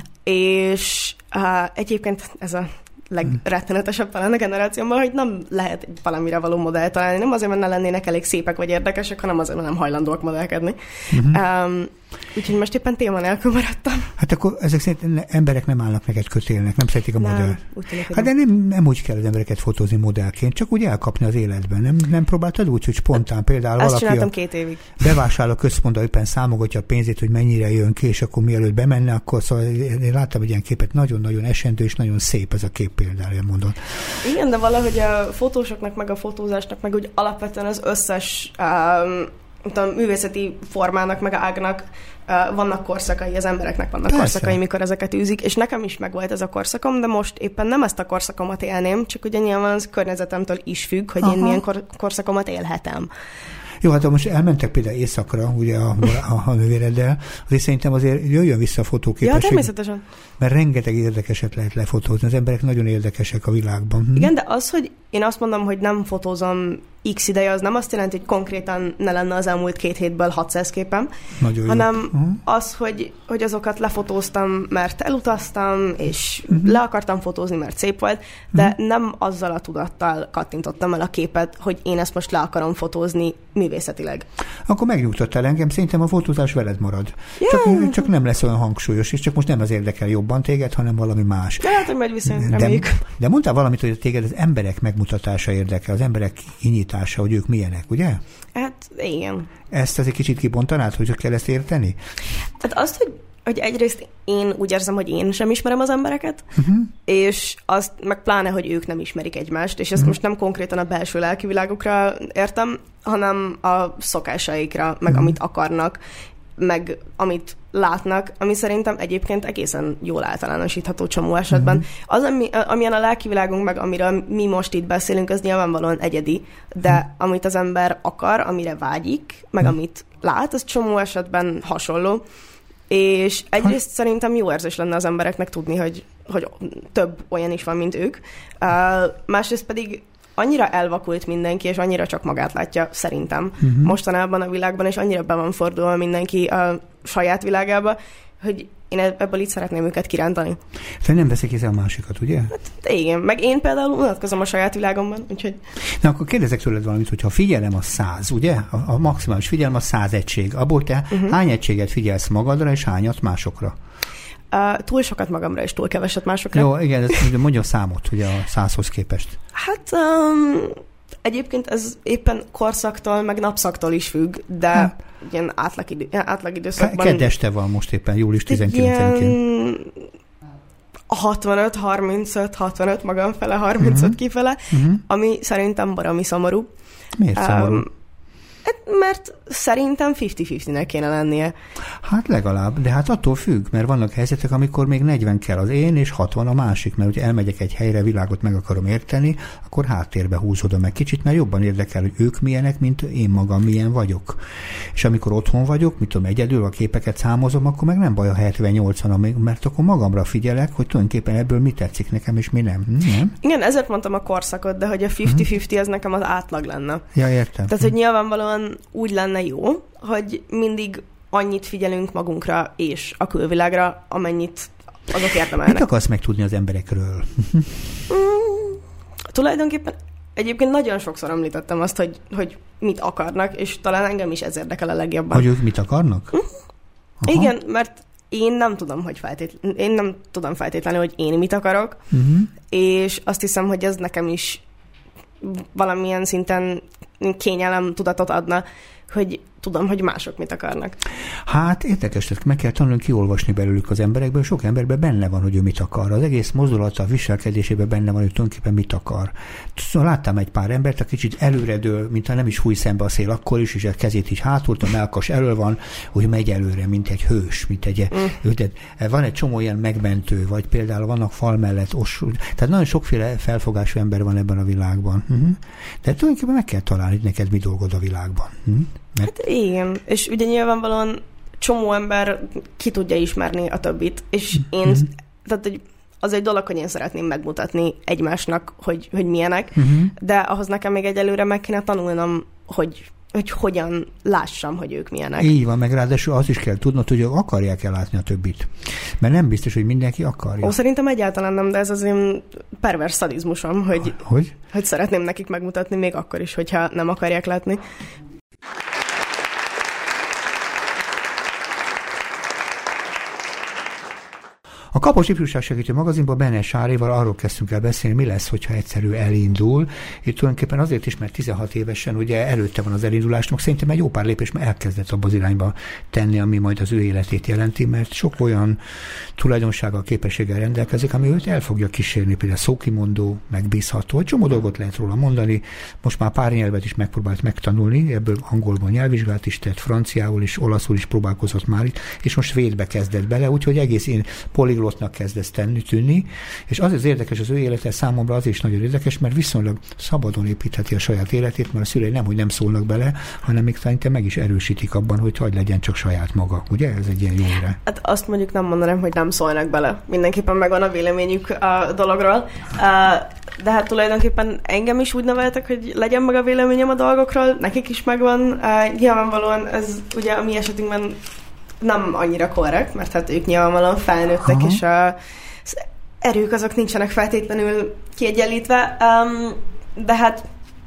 És uh, egyébként ez a legrettenetesebb talán a generációmban, hogy nem lehet valamire való modellt találni. Nem azért, mert ne lennének elég szépek vagy érdekesek, hanem azért, mert nem hajlandóak modellkedni. Uh-huh. Um, úgyhogy most éppen téma nélkül maradtam. Hát akkor ezek szerint emberek nem állnak neked kötélnek, nem szeretik a modellt. Hát de nem, nem úgy kell az embereket fotózni modellként, csak úgy elkapni az életben. Nem, nem próbáltad úgy, hogy spontán például Ezt valaki csináltam két évig. Bevásárló központban éppen számogatja a pénzét, hogy mennyire jön ki, és akkor mielőtt bemenne, akkor szóval én láttam egy ilyen képet, nagyon-nagyon esendő, és nagyon szép ez a kép például, mondod. Igen, de valahogy a fotósoknak, meg a fotózásnak, meg úgy alapvetően az összes um, tudom, művészeti formának, meg ágnak uh, vannak korszakai, az embereknek vannak Persze. korszakai, mikor ezeket űzik, és nekem is megvolt ez a korszakom, de most éppen nem ezt a korszakomat élném, csak ugye nyilván az környezetemtől is függ, hogy Aha. én milyen kor- korszakomat élhetem. Jó, hát most elmentek például éjszakra, ugye a, a, a nővéreddel, azért szerintem azért jöjjön vissza a fotóképesség. Ja, természetesen. Mert rengeteg érdekeset lehet lefotózni, az emberek nagyon érdekesek a világban. Hm? Igen, de az, hogy én azt mondom, hogy nem fotózom x ideje, az nem azt jelenti, hogy konkrétan ne lenne az elmúlt két hétből hatszáz képem, nagyon hanem uh-huh. az, hogy, hogy azokat lefotóztam, mert elutaztam, és uh-huh. le akartam fotózni, mert szép volt, de uh-huh. nem azzal a tudattal kattintottam el a képet, hogy én ezt most le akarom fotózni művészetileg. Akkor megnyugtattál engem, szerintem a fotózás veled marad. Csak, csak nem lesz olyan hangsúlyos, és csak most nem az érdekel jobban téged, hanem valami más. De hát, hogy majd viszont reméljük. De, de mondtál valamit, hogy téged az emberek megmutatása érdekel, az emberek kinyitása, hogy ők milyenek, ugye? Hát igen. Ezt azért kicsit kibontanád, hogy kell ezt érteni? Hát azt, hogy, hogy egyrészt én úgy érzem, hogy én sem ismerem az embereket, uh-huh. és azt meg pláne, hogy ők nem ismerik egymást, és ezt uh-huh. most nem konkrétan a belső lelkivilágukra értem, hanem a szokásaikra, meg uh-huh. amit akarnak, meg amit látnak, ami szerintem egyébként egészen jól általánosítható csomó esetben. Uh-huh. Az, ami, amilyen a lelkivilágunk, meg amiről mi most itt beszélünk, az nyilvánvalóan egyedi, de uh-huh. amit az ember akar, amire vágyik, meg uh-huh. amit lát, az csomó esetben hasonló. És egyrészt ha. szerintem jó érzés lenne az embereknek tudni, hogy, hogy több olyan is van, mint ők. Uh, másrészt pedig annyira elvakult mindenki, és annyira csak magát látja, szerintem, uh-huh. mostanában a világban, és annyira be van fordulva mindenki a saját világába, hogy én ebből itt szeretném őket kirántani. Te nem veszik észre a másikat, ugye? Hát, igen, meg én például unatkozom a saját világomban, úgyhogy... Na, akkor kérdezek tőled valamit, hogyha a figyelem a száz, ugye? A, a maximális figyelem a száz egység. Abból te uh-huh. hány egységet figyelsz magadra, és hányat másokra? Uh, túl sokat magamra, és túl keveset másokra. Jó, igen, mondja a számot, ugye a százhoz képest. Hát... Um... Egyébként ez éppen korszaktól, meg napszaktól is függ, de ha. ilyen átlagidő, átlagidőszakban... Kedd este van most éppen, július tizenkilencedikén. hatvanöt harmincöt, hatvanöt magam fele, harmincöt uh-huh. kifele, uh-huh. ami szerintem baromi szomorú. Miért szomorú? Um, Mert szerintem fifty-fifty-nek kéne lennie. Hát legalább, de hát attól függ, mert vannak helyzetek, amikor még negyven kell az én, és hatvan a másik, mert hogyha elmegyek egy helyre, világot meg akarom érteni, akkor háttérbe húzódom meg kicsit, mert jobban érdekel, hogy ők milyenek, mint én magam milyen vagyok. És amikor otthon vagyok, mit tudom, egyedül a képeket számozom, akkor meg nem baj a hetven-nyolcvan, mert akkor magamra figyelek, hogy tulajdonképpen ebből mi tetszik nekem, és mi nem. nem? Igen, ezért mondtam a korszakot, de hogy a fifty-fifty az nekem az átlag lenne. Ja, értem. Tehát, hogy nyilvánvalóan úgy lenne jó, hogy mindig annyit figyelünk magunkra és a külvilágra, amennyit azok érdemelnek. Mit akarsz megtudni az emberekről? mm, tulajdonképpen egyébként nagyon sokszor említettem azt, hogy, hogy mit akarnak, és talán engem is ez érdekel a legjobban. Hogy ők mit akarnak? Mm. Igen, mert én nem tudom, hogy feltétlen, én nem tudom feltétlenül, hogy én mit akarok, uh-huh. és azt hiszem, hogy ez nekem is valamilyen szinten kényelem tudatot adna, hogy tudom, hogy mások mit akarnak. Hát érdekes, tehát meg kell tanulni kiolvasni belőlük az emberekből, sok emberben benne van, hogy ő mit akar. Az egész mozdulata, a viselkedésében benne van, hogy tulajdonképpen mit akar. Szóval láttam egy pár embert, a kicsit előredől, mintha nem is fúj szembe a szél akkor is, és a kezét így hátul, a mellkas elől van, hogy megy előre, mint egy hős, mint egy... Mm. Tehát van egy csomó ilyen megmentő, vagy például vannak fal mellett osú. Tehát nagyon sokféle felfogású ember van ebben a világban. Uh-huh. De tulajdonképpen meg kell találni, hogy neked mi dolgod a világban. Uh-huh. Mert... Hát igen, és ugye nyilvánvalóan csomó ember ki tudja ismerni a többit, és én, mm-hmm. tehát hogy az egy dolog, hogy én szeretném megmutatni egymásnak, hogy, hogy milyenek, mm-hmm. de ahhoz nekem még egyelőre meg kéne tanulnom, hogy, hogy hogyan lássam, hogy ők milyenek. Így van, meg ráadásul azt is kell tudnod, hogy ők akarják-e látni a többit. Mert nem biztos, hogy mindenki akarja. Ó, szerintem egyáltalán nem, de ez az én pervers szadizmusom, hogy, hogy? hogy szeretném nekik megmutatni, még akkor is, hogyha nem akarják látni. A Kapos Ifjúság Segítő Magazinban Benne Sáréval arról kezdtünk el beszélni, mi lesz, hogyha egyszerű elindul. Itt tulajdonképpen azért is, mert tizenhat évesen ugye előtte van az elindulásnak, szerintem egy jó pár lépés már elkezdett abba az irányba tenni, ami majd az ő életét jelenti, mert sok olyan tulajdonsággal, képességgel rendelkezik, ami őt el fogja kísérni, például szókimondó, megbízható, egy csomó dolgot lehet róla mondani. Most már pár nyelvet is megpróbált megtanulni, ebből angolban nyelvvizsgát is tett, franciául is, olaszul is próbálkozott már itt, és most svédbe kezdett bele, úgyhogy egész én poliglotnak kezdesz tenni, tűnni, és az az érdekes az ő élete számomra, az is nagyon érdekes, mert viszonylag szabadon építheti a saját életét, mert a szülei nem, hogy nem szólnak bele, hanem még szerintem meg is erősítik abban, hogy hagy legyen csak saját maga. Ugye? Ez egy ilyen jó ére. Hát azt mondjuk nem mondanám, hogy nem szólnak bele. Mindenképpen megvan a véleményük a dologról. De hát tulajdonképpen engem is úgy neveltek, hogy legyen meg a véleményem a dolgokról, nekik is megvan. Nyilvánvalóan ez ugye a mi esetünkben nem annyira korrekt, mert hát ők nyilvánvalóan felnőttek, aha. és a, az erők azok nincsenek feltétlenül kiegyenlítve, um, de hát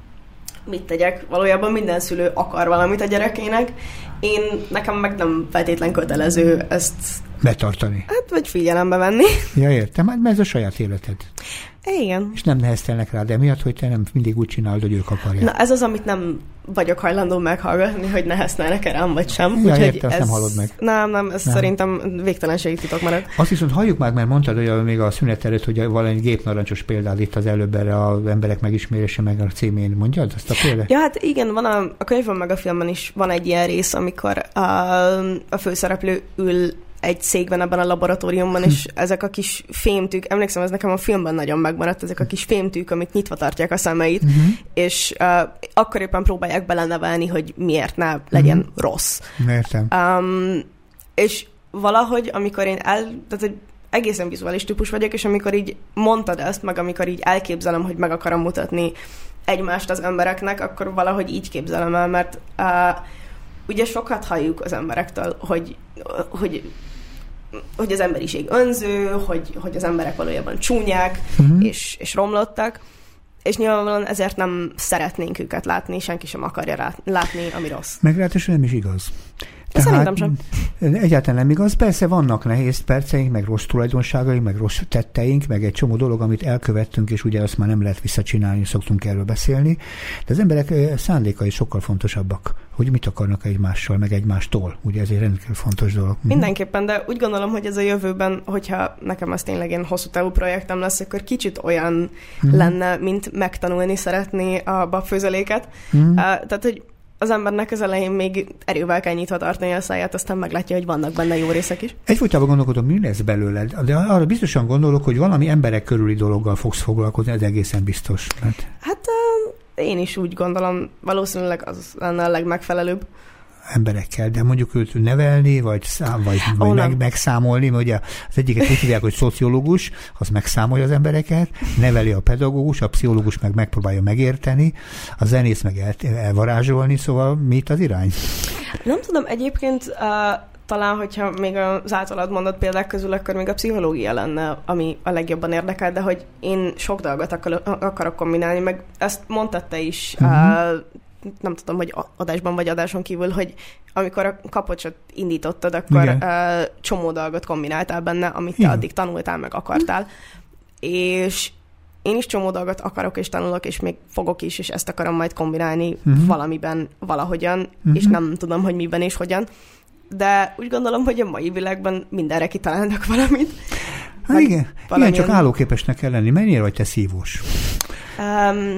mit tegyek? Valójában minden szülő akar valamit a gyerekének. Én, nekem meg nem feltétlen kötelező ezt betartani. Hát, vagy figyelembe venni. Ja, értem, hát ez a saját életed. Igen. És nem neheztelnek rád emiatt, hogy te nem mindig úgy csinálod, hogy ők akarják. Na, ez az, amit nem vagyok hajlandó meghallgatni, hogy neheztelnek rám, vagy sem. Ja, értem, ezt nem hallod meg. Nem, nem, ez nem. Szerintem végtelenségig titok marad. Azt viszont halljuk meg, mert mondtad, hogy még a szünet előtt, hogy valami gépnarancsos példád itt az előbb erre az emberek megismerése meg a címén. Mondjad azt a példát? Ja, hát igen, van a, a könyvben meg a filmben is van egy ilyen rész, amikor a, a főszereplő ül egy székben ebben a laboratóriumban, és ezek a kis fémtűk, emlékszem, ez nekem a filmben nagyon megmaradt, ezek a kis fémtűk, amik nyitva tartják a szemeit, uh-huh. és uh, akkor éppen próbálják belenevelni, hogy miért ne legyen uh-huh. rossz. Értem. Um, és valahogy, amikor én el... Tehát, hogy egészen vizuális típus vagyok, és amikor így mondtad ezt, meg amikor így elképzelem, hogy meg akarom mutatni egymást az embereknek, akkor valahogy így képzelem el, mert uh, ugye sokat halljuk az emberektől, hogy, hogy hogy az emberiség önző, hogy, hogy az emberek valójában csúnyák, uh-huh. és, és romlottak, és nyilvánvalóan ezért nem szeretnénk őket látni, senki sem akarja látni, ami rossz. Meg ráadásul nem is igaz. Tehát szerintem sem. Egyáltalán nem igaz. Persze vannak nehéz perceink, meg rossz tulajdonságaink, meg rossz tetteink, meg egy csomó dolog, amit elkövettünk, és ugye azt már nem lehet visszacsinálni, szoktunk erről beszélni. De az emberek szándékai sokkal fontosabbak, hogy mit akarnak egymással, meg egymástól. Ugye ez egy rendkívül fontos dolog. Mindenképpen, de úgy gondolom, hogy ez a jövőben, hogyha nekem az tényleg ilyen hosszú távú projektem lesz, akkor kicsit olyan hmm. lenne, mint megtanulni szeretni a babfőzeléket. Hmm. Uh, tehát, hogy az embernek az elején még erővel kell nyitva tartani a száját, aztán meglátja, hogy vannak benne jó részek is. Egyfolytában gondolkodom, mi lesz belőled, de arra biztosan gondolok, hogy valami emberek körüli dologgal fogsz foglalkozni, ez egészen biztos. Hát, hát én is úgy gondolom, valószínűleg az lenne a legmegfelelőbb. Emberekkel, de mondjuk őt nevelni, vagy, szám, vagy, oh, vagy meg, megszámolni, mert ugye az egyiket úgy hívják, hogy szociológus, az megszámolja az embereket, neveli a pedagógus, a pszichológus meg megpróbálja megérteni, a zenész meg el, elvarázsolni, szóval mi itt az irány? Nem tudom, egyébként uh, talán, hogyha még az általad mondott példák közül, akkor még a pszichológia lenne, ami a legjobban érdekel, de hogy én sok dolgot akar, akarok kombinálni, meg ezt mondtad te is, uh-huh. uh, nem tudom, hogy adásban vagy adáson kívül, hogy amikor a kapocsot indítottad, akkor uh, csomó dolgot kombináltál benne, amit te addig tanultál, meg akartál. És én is csomó dolgot akarok és tanulok, és még fogok is, és ezt akarom majd kombinálni uh-huh. valamiben, valahogyan, uh-huh. és nem tudom, hogy miben és hogyan. De úgy gondolom, hogy a mai világban mindenre kitalálnak valamit. Hát igen, valamilyen... igen, csak állóképesnek kell lenni. Mennyire vagy te szívós? Um,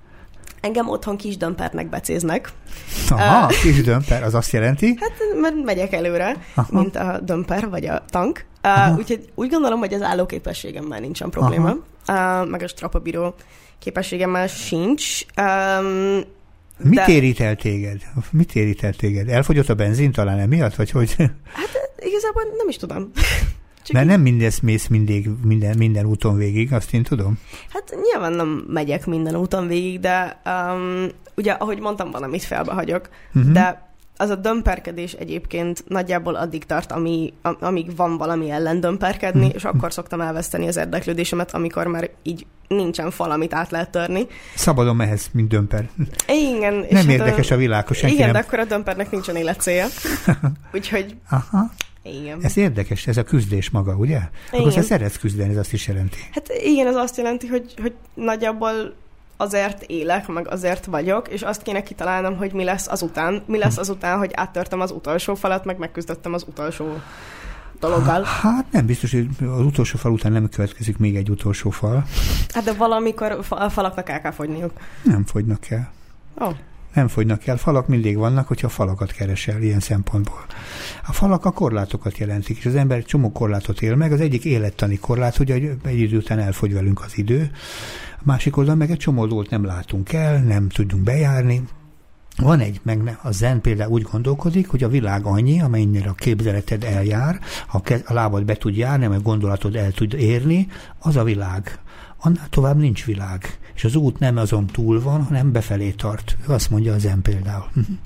Engem otthon kis dömpernek becéznek. Aha, uh, kis dömper, az azt jelenti? Hát, mert megyek előre, aha. mint a dömper, vagy a tank. Uh, úgyhogy úgy gondolom, hogy az állóképességemmel nincsen probléma. Uh, meg a strapabíró képességemmel sincs. Um, Mit de... érít el téged? Mit érít el téged? Elfogyott a benzin talán emiatt, vagy hogy? Hát igazából nem is tudom. Csak mert nem mindezt mész mindig, minden, minden úton végig, azt én tudom. Hát nyilván nem megyek minden úton végig, de um, ugye, ahogy mondtam, van, amit felbehagyok, uh-huh. de az a dömperkedés egyébként nagyjából addig tart, ami, amíg van valami ellen dömperkedni, uh-huh. és akkor szoktam elveszteni az érdeklődésemet, amikor már így nincsen fal, amit át lehet törni. Szabadon mehetsz, mint dömper. Igen. És nem hát érdekes a, a világ, senki igen, nem... de akkor a dömpernek nincsen életcélja. Úgyhogy... Aha. Igen. Ez érdekes, ez a küzdés maga, ugye? Igen. Akkor te szeretsz küzdeni, ez azt is jelenti. Hát igen, ez azt jelenti, hogy, hogy nagyjából azért élek, meg azért vagyok, és azt kéne kitalálnom, hogy mi lesz azután. Mi lesz azután, hogy áttörtem az utolsó falat, meg megküzdöttem az utolsó dologgal. Hát nem biztos, hogy az utolsó fal után nem következik még egy utolsó fal. Hát de valamikor a falaknak el kell fogyniuk. Nem fogynak el. Oh. Nem fogynak el. Falak mindig vannak, hogyha falakat keresel ilyen szempontból. A falak a korlátokat jelentik, és az ember csomó korlátot él meg. Az egyik élettani korlát, hogy egy idő után elfogy velünk az idő. A másik oldalon meg egy csomó dolgot nem látunk el, nem tudunk bejárni. Van egy, meg a zen például úgy gondolkodik, hogy a világ annyi, amennyire a képzeleted eljár, ha a lábad be tud járni, meg gondolatod el tud érni, az a világ. Annál tovább nincs világ. És az út nem azon túl van, hanem befelé tart. Azt mondja a zen például.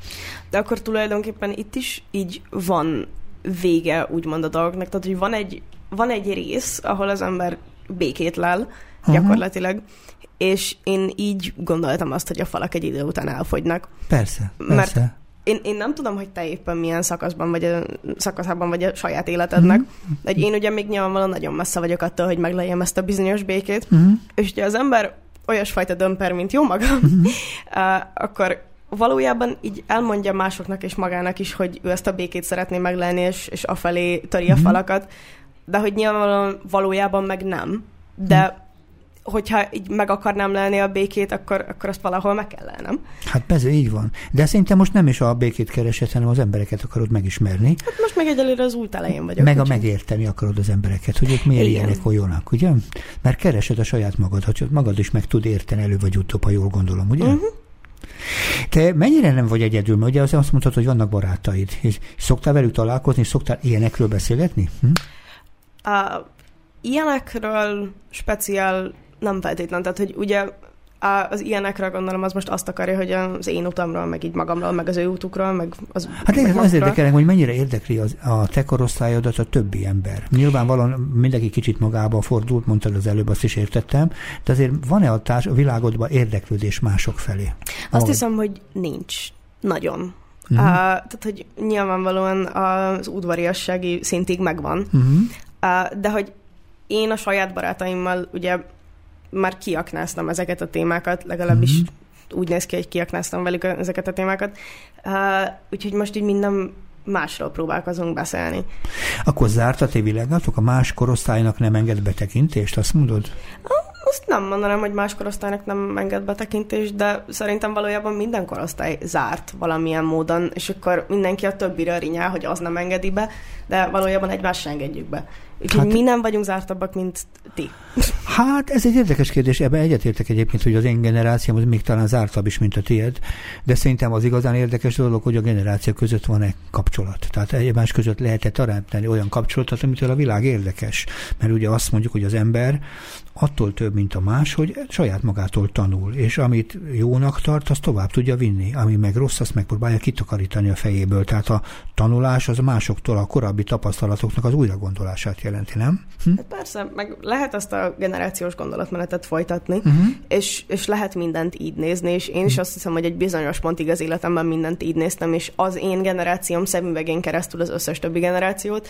De akkor tulajdonképpen itt is így van vége, úgymond a dolgoknak. Tehát, hogy van egy, van egy rész, ahol az ember békét lel, gyakorlatilag, uh-huh. és én így gondoltam azt, hogy a falak egy idő után elfogynak. Persze, persze. Mert én, én nem tudom, hogy te éppen milyen szakaszban vagy a, szakaszában vagy a saját életednek, uh-huh. de én ugye még nyilvánvalóan nagyon messze vagyok attól, hogy megleljem ezt a bizonyos békét, uh-huh. és ugye az ember olyasfajta dömper, mint jó magam, uh-huh. uh, akkor valójában így elmondja másoknak és magának is, hogy ő ezt a békét szeretné meglelni, és, és afelé töri uh-huh. a falakat, de hogy nyilvánvalóan valójában meg nem. De uh-huh. hogyha így meg akarnám lelni a békét, akkor, akkor azt valahol meg kell lelnem. Hát persze, így van. De szerintem most nem is a békét keresed, hanem az embereket akarod megismerni. Hát most meg egyelőre az út elején vagyok. Meg a megérteni akarod az embereket, hogy ők miért igen. ilyenek olyanak, ugye? Mert keresed a saját magad, hogy magad is meg tud érteni előbb vagy utóbb, ha jól gondolom, ugye? Uh-huh. Te mennyire nem vagy egyedül? Mert ugye azt mondtad, hogy vannak barátaid, és szoktál velük találkozni, és szoktál ilyenekről beszélgetni? Hm? Uh, ilyenekről speciál nem feltétlen, tehát hogy ugye az ilyenekre gondolom, az most azt akarja, hogy az én utamról, meg így magamról, meg az ő utukról, meg az Hát meg az érdekelnek, hogy mennyire érdekli az, a te korosztályodat a többi ember. Nyilvánvalóan mindenki kicsit magába fordult, mondtad az előbb, azt is értettem, de azért van-e a, társ, a világodban érdeklődés mások felé? Azt Ahol... hiszem, hogy nincs. Nagyon. Uh-huh. Uh, tehát, hogy nyilvánvalóan az udvariassági szintig megvan, uh-huh. uh, de hogy én a saját barátaimmal ugye már kiaknáztam ezeket a témákat, legalábbis mm-hmm. úgy néz ki, hogy kiaknáztam velük ezeket a témákat. Uh, úgyhogy most így minden másról próbálkozunk beszélni. Akkor zárt a ti világatok? A más korosztálynak nem enged betekintést, azt mondod? Uh, Azt nem mondanám, hogy más korosztálynak nem enged betekintést, de szerintem valójában minden korosztály zárt valamilyen módon, és akkor mindenki a többire rinyál, hogy az nem engedi be, de valójában egymást sem engedjük be. Úgyhogy hát, mi nem vagyunk zártabbak, mint ti. Hát ez egy érdekes kérdés, ebben egyetértek egyébként, hogy az én generációm az még talán zártabb is, mint a tiéd, de szerintem az igazán érdekes dolog, hogy a generáció között van-e kapcsolat. Tehát egymás között lehet-e teremteni olyan kapcsolatot, amitől a világ érdekes. Mert ugye azt mondjuk, hogy az ember attól több, mint a más, hogy saját magától tanul, és amit jónak tart, azt tovább tudja vinni. Ami meg rossz, azt megpróbálja kitakarítani a fejéből. Tehát a tanulás az másoktól a korábbi tapasztalatoknak az újragondolását jelenti, nem? Hm? Hát persze, meg lehet azt a generációs gondolatmenetet folytatni, uh-huh. és, és lehet mindent így nézni, és én is uh-huh. azt hiszem, hogy egy bizonyos pontig az életemben mindent így néztem, és az én generációm szemüvegén keresztül az összes többi generációt,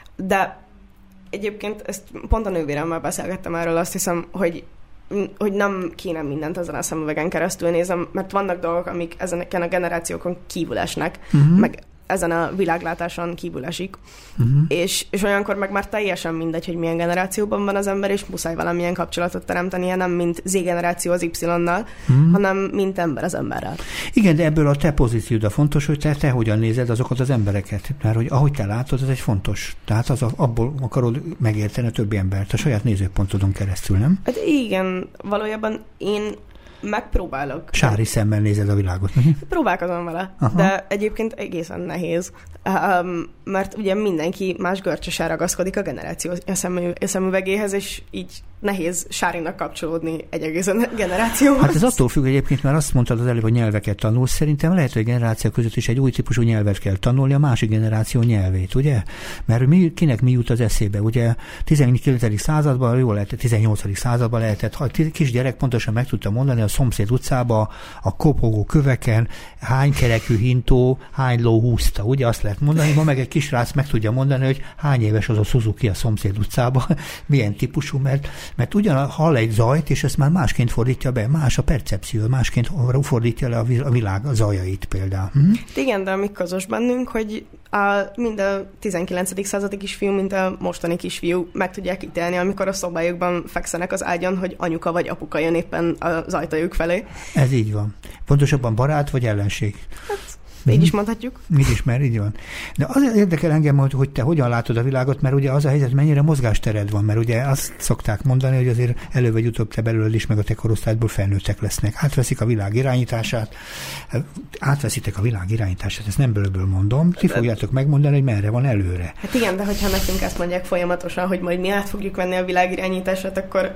de egyébként ezt pont a nővéremmel beszélgettem erről, azt hiszem, hogy, hogy nem kéne mindent ezen a szemüvegen keresztül nézem, mert vannak dolgok, amik ezeken a generációkon kívül esnek, uh-huh. meg ezen a világlátáson kívül esik, uh-huh. és, és olyankor meg már teljesen mindegy, hogy milyen generációban van az ember, és muszáj valamilyen kapcsolatot teremtenie, nem mint Z-generáció az Y-nal, uh-huh. hanem mint ember az emberrel. Igen, de ebből a te pozíciód a fontos, hogy te, te hogyan nézed azokat az embereket, mert hogy ahogy te látod, ez egy fontos. Tehát az a, abból akarod megérteni a többi embert, a saját nézőpontodon keresztül, nem? Hát igen, valójában én megpróbálok. Sári szemmel nézed a világot. Próbálkozom vele, aha. de egyébként egészen nehéz, um, mert ugye mindenki más görcsösen ragaszkodik a generáció szemű, szemüvegéhez, és így nehéz Sárinak kapcsolódni egy egész generációhoz. Hát ez attól függ egyébként, mert azt mondtad az előbb, hogy nyelveket tanulsz. Szerintem lehet, hogy a generáció között is egy új típusú nyelvet kell tanulni, a másik generáció nyelvét, ugye? Mert mi, kinek mi jut az eszébe? Ugye tizenkilencedik században, jól lehetett, tizennyolcadik században lehetett, ha kisgyerek pontosan meg tudta mondani a szomszéd utcába, a kopogó köveken, hány kerekű hintó, hány ló húzta, ugye? Azt lehet mondani, ma meg egy kisrác meg tudja mondani, hogy hány éves az a Suzuki a szomszéd utcába, milyen típusú, mert Mert ugyan hall egy zajt, és ezt már másként fordítja be, más a percepció, másként fordítja le a világ a zajait például. Hm? Igen, de amik közös bennünk, hogy a, mind a tizenkilencedik századi kisfiú, mint a mostani kisfiú meg tudják ítélni, amikor a szobájukban fekszenek az ágyon, hogy anyuka vagy apuka jön éppen az ajtajuk felé. Ez így van. Pontosabban barát vagy ellenség? Hát, így is mondhatjuk. Így is, mert így van. De az érdekel engem, hogy te hogyan látod a világot, mert ugye az a helyzet, mennyire mozgástered van, mert ugye azt szokták mondani, hogy azért elő vagy utóbb te belőled is, meg a te korosztályodból felnőttek lesznek. Átveszik a világ irányítását, átveszitek a világ irányítását, ezt nem bőlből mondom, ti fogjátok megmondani, hogy merre van előre. Hát igen, de hogyha nekünk ezt mondják folyamatosan, hogy majd mi át fogjuk venni a világ irányítását, akkor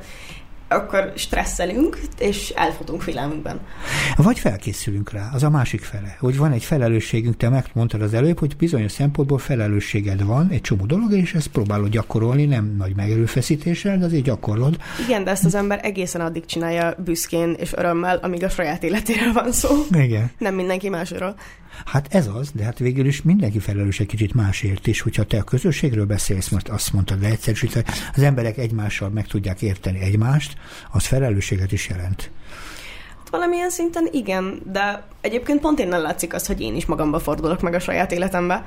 akkor stresszelünk, és elfutunk félelmünkben. Vagy felkészülünk rá, az a másik fele. Hogy van egy felelősségünk, te megmondtad az előbb, hogy bizonyos szempontból felelősséged van, egy csomó dolog, és ezt próbálod gyakorolni, nem nagy megerőfeszítéssel, de azért gyakorlod. Igen, de ezt az ember egészen addig csinálja büszkén és örömmel, amíg a saját életéről van szó. Igen. Nem mindenki másról. Hát ez az, de hát végül is mindenki felelős egy kicsit másért is, hogyha te a közösségről beszélsz, most azt mondtad, de egyszerűsítve, az emberek egymással meg tudják érteni egymást, az felelősséget is jelent. Valamilyen szinten igen, de egyébként pont innen látszik az, hogy én is magamba fordulok meg a saját életembe,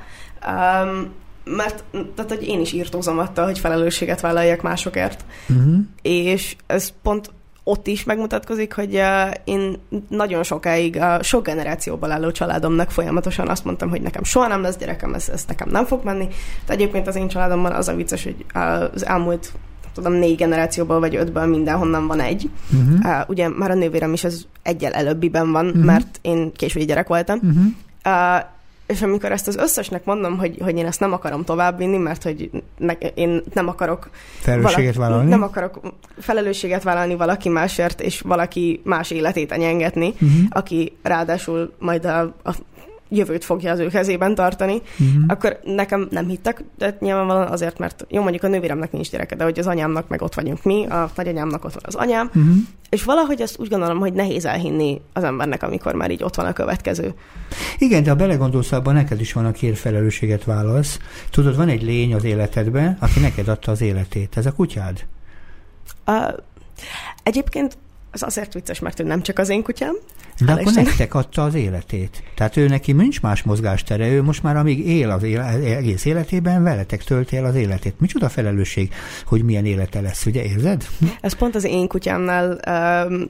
um, mert tehát, hogy én is írtózom attól, hogy felelősséget vállaljak másokért, uh-huh. és ez pont ott is megmutatkozik, hogy uh, én nagyon sokáig a sok generációból álló családomnak folyamatosan azt mondtam, hogy nekem soha nem lesz gyerekem, ez, ez nekem nem fog menni. De egyébként az én családomban az a vicces, hogy az elmúlt tudom, négy generációból vagy ötből mindenhonnan van egy. Uh-huh. Uh, ugye már a nővérem is az egyel előbbiben van, uh-huh. mert én késői gyerek voltam. Uh-huh. Uh, és amikor ezt az összesnek mondom, hogy, hogy én ezt nem akarom továbbvinni, mert hogy ne, én nem akarok felelősséget valaki, vállalni. Nem akarok felelősséget vállalni valaki másért, és valaki más életét enyengetni, uh-huh. aki ráadásul majd a, a jövőt fogja az ő kezében tartani, uh-huh. akkor nekem nem hittek, de nyilvánvalóan azért, mert jó, mondjuk a nővéremnek nincs gyereke, de hogy az anyámnak meg ott vagyunk mi, a nagyanyámnak ott van az anyám, uh-huh. és valahogy azt úgy gondolom, hogy nehéz elhinni az embernek, amikor már így ott van a következő. Igen, de ha belegondolsz, abban neked is van, akiért felelősséget válasz. Tudod, van egy lény az életedben, aki neked adta az életét. Ez a kutyád? Uh, egyébként az azért vicces, mert ő nem csak az én kutyám. De akkor nektek adta az életét. Tehát ő neki nincs más mozgástere, ő most már amíg él az éle, egész életében, veletek tölti el az életét. Micsoda felelősség, hogy milyen élete lesz, ugye érzed? Ez pont az én kutyámnál... Um,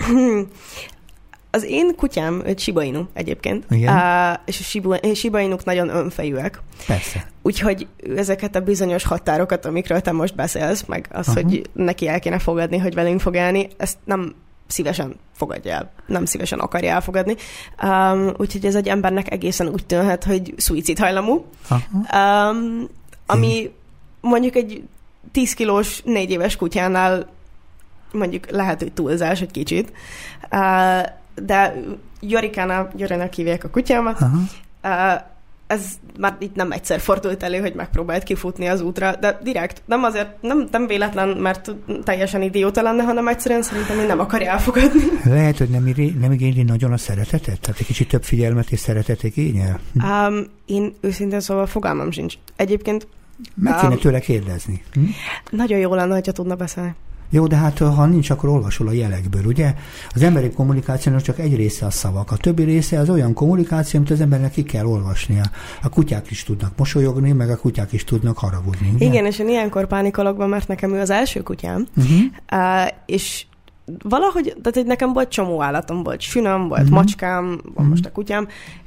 az én kutyám egy Shiba Inu egyébként, uh, és a Shiba, Shiba Inuk nagyon önfejűek. Persze. Úgyhogy ezeket a bizonyos határokat, amikről te most beszélsz, meg az, uh-huh. hogy neki el kéne fogadni, hogy velünk fog élni, ezt nem szívesen fogadja el, nem szívesen akarja elfogadni. Um, úgyhogy ez egy embernek egészen úgy tűnhet, hogy szuicidhajlamú. Uh-huh. Um, ami mondjuk egy tíz kilós, négy éves kutyánál mondjuk lehet, hogy túlzás egy kicsit. Uh, de Jorikánál, Jorinak hívják a kutyámat, uh-huh. uh, ez már itt nem egyszer fordult elő, hogy megpróbált kifutni az útra, de direkt, nem azért, nem, nem véletlen, mert teljesen idióta lenne, hanem egyszerűen szerintem, hogy nem akarja elfogadni. Lehet, hogy nem, iri, nem igényli nagyon a szeretetet? Tehát egy kicsit több figyelmet és szeretet igényel? Um, én őszintén szóval fogalmam sincs. Egyébként... Meg kéne um, tőle kérdezni. Hm? Nagyon jó lenne, hogyha tudna beszélni. Jó, de hát ha nincs, akkor olvasol a jelekből, ugye? Az emberi kommunikációnak csak egy része a szavak. A többi része az olyan kommunikáció, amit az embernek ki kell olvasnia. A kutyák is tudnak mosolyogni, meg a kutyák is tudnak haragudni. Ugye? Igen, és én ilyenkor pánikolok be, mert nekem ő az első kutyám. Uh-huh. Uh, és valahogy, tehát hogy nekem volt csomó állatom, volt sünöm, volt uh-huh. macskám, van uh-huh. most a kutyám,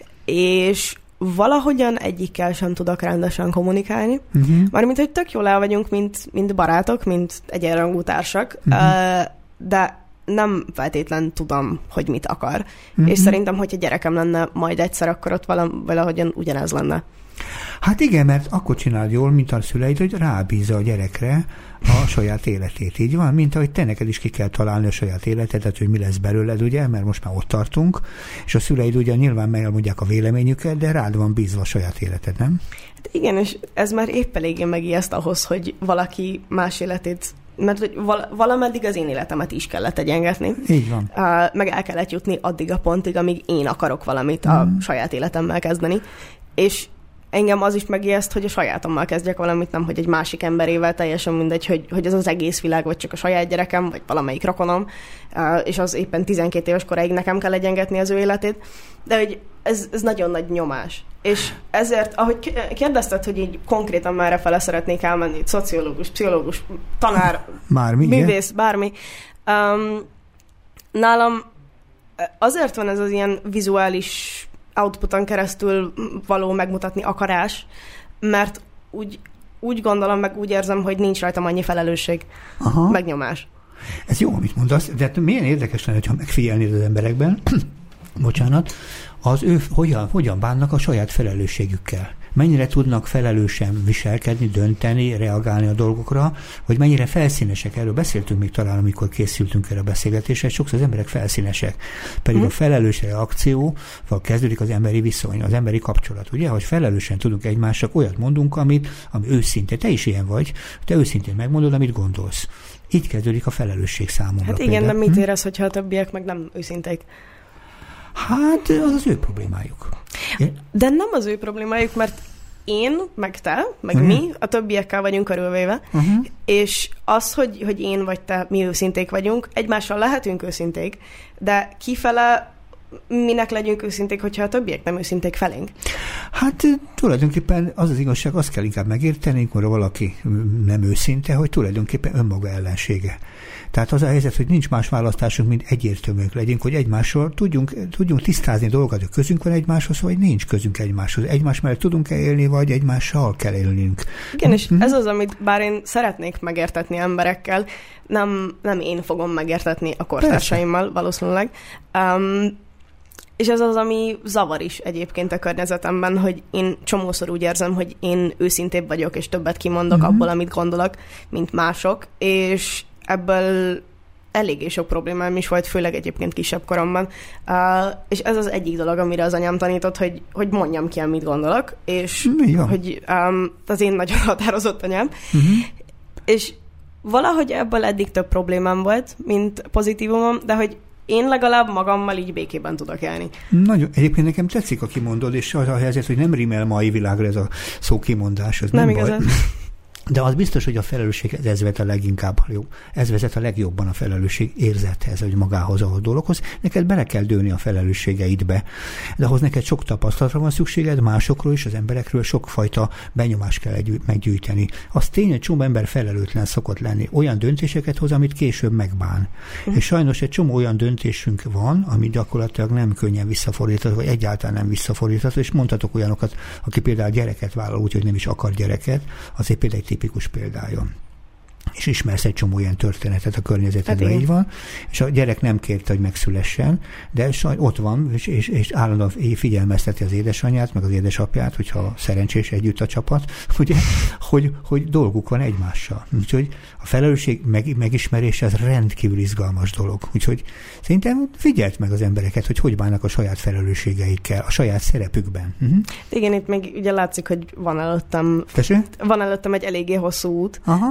és valahogyan egyikkel sem tudok rendesen kommunikálni. Uh-huh. Mármint, hogy tök jól el vagyunk, mint, mint barátok, mint egyenrangú társak, uh-huh. de nem feltétlen tudom, hogy mit akar. Uh-huh. És szerintem, hogyha gyerekem lenne majd egyszer, akkor ott valahogyan ugyanez lenne. Hát igen, mert akkor csináld jól, mint a szüleid, hogy rábízza a gyerekre a saját életét. Így van, mint ahogy te neked is ki kell találni a saját életedet, hogy mi lesz belőled, ugye, mert most már ott tartunk, és a szüleid ugye nyilván megmondják a véleményüket, de rád van bízva a saját életed, nem? Hát igen, és ez már épp eléggé megijeszt ahhoz, hogy valaki más életét, mert hogy val- valameddig az én életemet is kellett egyengetni. Így van. Uh, meg el kellett jutni addig a pontig, amíg én akarok valamit a mm. saját életemmel kezdeni, és engem az is megijeszt, hogy a sajátommal kezdjek valamit, nem hogy egy másik emberével, teljesen mindegy, hogy, hogy ez az egész világ, vagy csak a saját gyerekem, vagy valamelyik rokonom, és az éppen tizenkét éves koráig nekem kell egyengetni az ő életét. De hogy ez, ez nagyon nagy nyomás. És ezért, ahogy kérdezted, hogy így konkrétan merre fele szeretnék elmenni, szociológus, pszichológus, tanár, bármi, művész, bármi. Um, nálam azért van ez az ilyen vizuális outputon keresztül való megmutatni akarás, mert úgy, úgy gondolom, meg úgy érzem, hogy nincs rajtam annyi felelősség, aha. megnyomás. Ez jó, amit mondasz, de milyen érdekes lenne, ha megfigyelnéd az emberekben, bocsánat, az ő hogyan, hogyan bánnak a saját felelősségükkel. Mennyire tudnak felelősen viselkedni, dönteni, reagálni a dolgokra, vagy mennyire felszínesek. Erről beszéltünk még talán, amikor készültünk erre a beszélgetésre, sokszor az emberek felszínesek. Pedig mm. a felelős reakcióval kezdődik az emberi viszony, az emberi kapcsolat. Ugye, hogy felelősen tudunk egymásnak olyat mondunk, amit, ami őszinte. Te is ilyen vagy, te őszintén megmondod, amit gondolsz. Így kezdődik a felelősség számomra. Hát igen, például. De mit érez, hogyha a többiek meg nem őszinték? Hát az az ő problémájuk. De nem az ő problémájuk, mert én, meg te, meg uh-huh. mi, a többiekkel vagyunk körülvéve, uh-huh. és az, hogy, hogy én vagy te, mi őszinték vagyunk, egymással lehetünk őszinték, de kifele minek legyünk őszinték, hogyha a többiek nem őszinték felénk? Hát tulajdonképpen az az igazság, azt kell inkább megérteni, amikor valaki nem őszinte, hogy tulajdonképpen önmaga ellensége. Tehát az a helyzet, hogy nincs más választásunk, mint egyértelműek legyünk, hogy egymással tudjunk, tudjunk tisztázni dolgokat, hogy közünk van egymáshoz, vagy nincs közünk egymáshoz. Egymás mellett tudunk-e élni, vagy egymással kell élnünk. Igen, és mm-hmm. ez az, amit bár én szeretnék megértetni emberekkel, nem, nem én fogom megértetni a kortársaimmal, persze. valószínűleg. Um, és ez az, ami zavar is egyébként a környezetemben, hogy én csomószor úgy érzem, hogy én őszintébb vagyok, és többet kimondok mm-hmm. abból, amit gondolok, mint mások, és ebből eléggé sok problémám is volt, főleg egyébként kisebb koromban. Uh, és ez az egyik dolog, amire az anyám tanított, hogy, hogy mondjam ki, amit gondolok, és ja. hogy um, az én nagyon határozott anyám. Uh-huh. És valahogy ebből eddig több problémám volt, mint pozitívumom, de hogy én legalább magammal így békében tudok élni. Nagyon. Egyébként nekem tetszik, a kimondod, és az a helyzet, hogy nem rimel mai világra ez a szókimondás. Ez nem, nem igazán. De az biztos, hogy a felelősség ez vezet a leginkább jó. Ez vezet a legjobban a felelősség érzethez, hogy magához a dologhoz. Neked bele kell dőlni a felelősségeidbe. De ahhoz neked sok tapasztalatra van szükséged, másokról is, az emberekről sokfajta benyomást kell egy, meggyűjteni. Az tény, hogy csomó ember felelőtlen szokott lenni. Olyan döntéseket hoz, amit később megbán. Mm. És sajnos egy csomó olyan döntésünk van, ami gyakorlatilag nem könnyen visszafordítható, vagy egyáltalán nem visszafordítható, és mondhatok olyanokat, aki például gyereket vállal úgy, hogy nem is akar gyereket, azért például egy tipikus példája. És ismersz egy csomó ilyen történetet a környezetedben, így van, és a gyerek nem kérte, hogy megszülessen, de saj, ott van, és, és, és állandóan figyelmezteti az édesanyját, meg az édesapját, hogyha szerencsés együtt a csapat, ugye, hogy, hogy dolguk van egymással. Úgyhogy a felelősség meg, megismerése az rendkívül izgalmas dolog. Úgyhogy szerintem figyeld meg az embereket, hogy hogy bánnak a saját felelősségeikkel, a saját szerepükben. Uh-huh. Igen, itt még ugye látszik, hogy van előttem, Tessék? van előttem egy eléggé hosszú út, uh,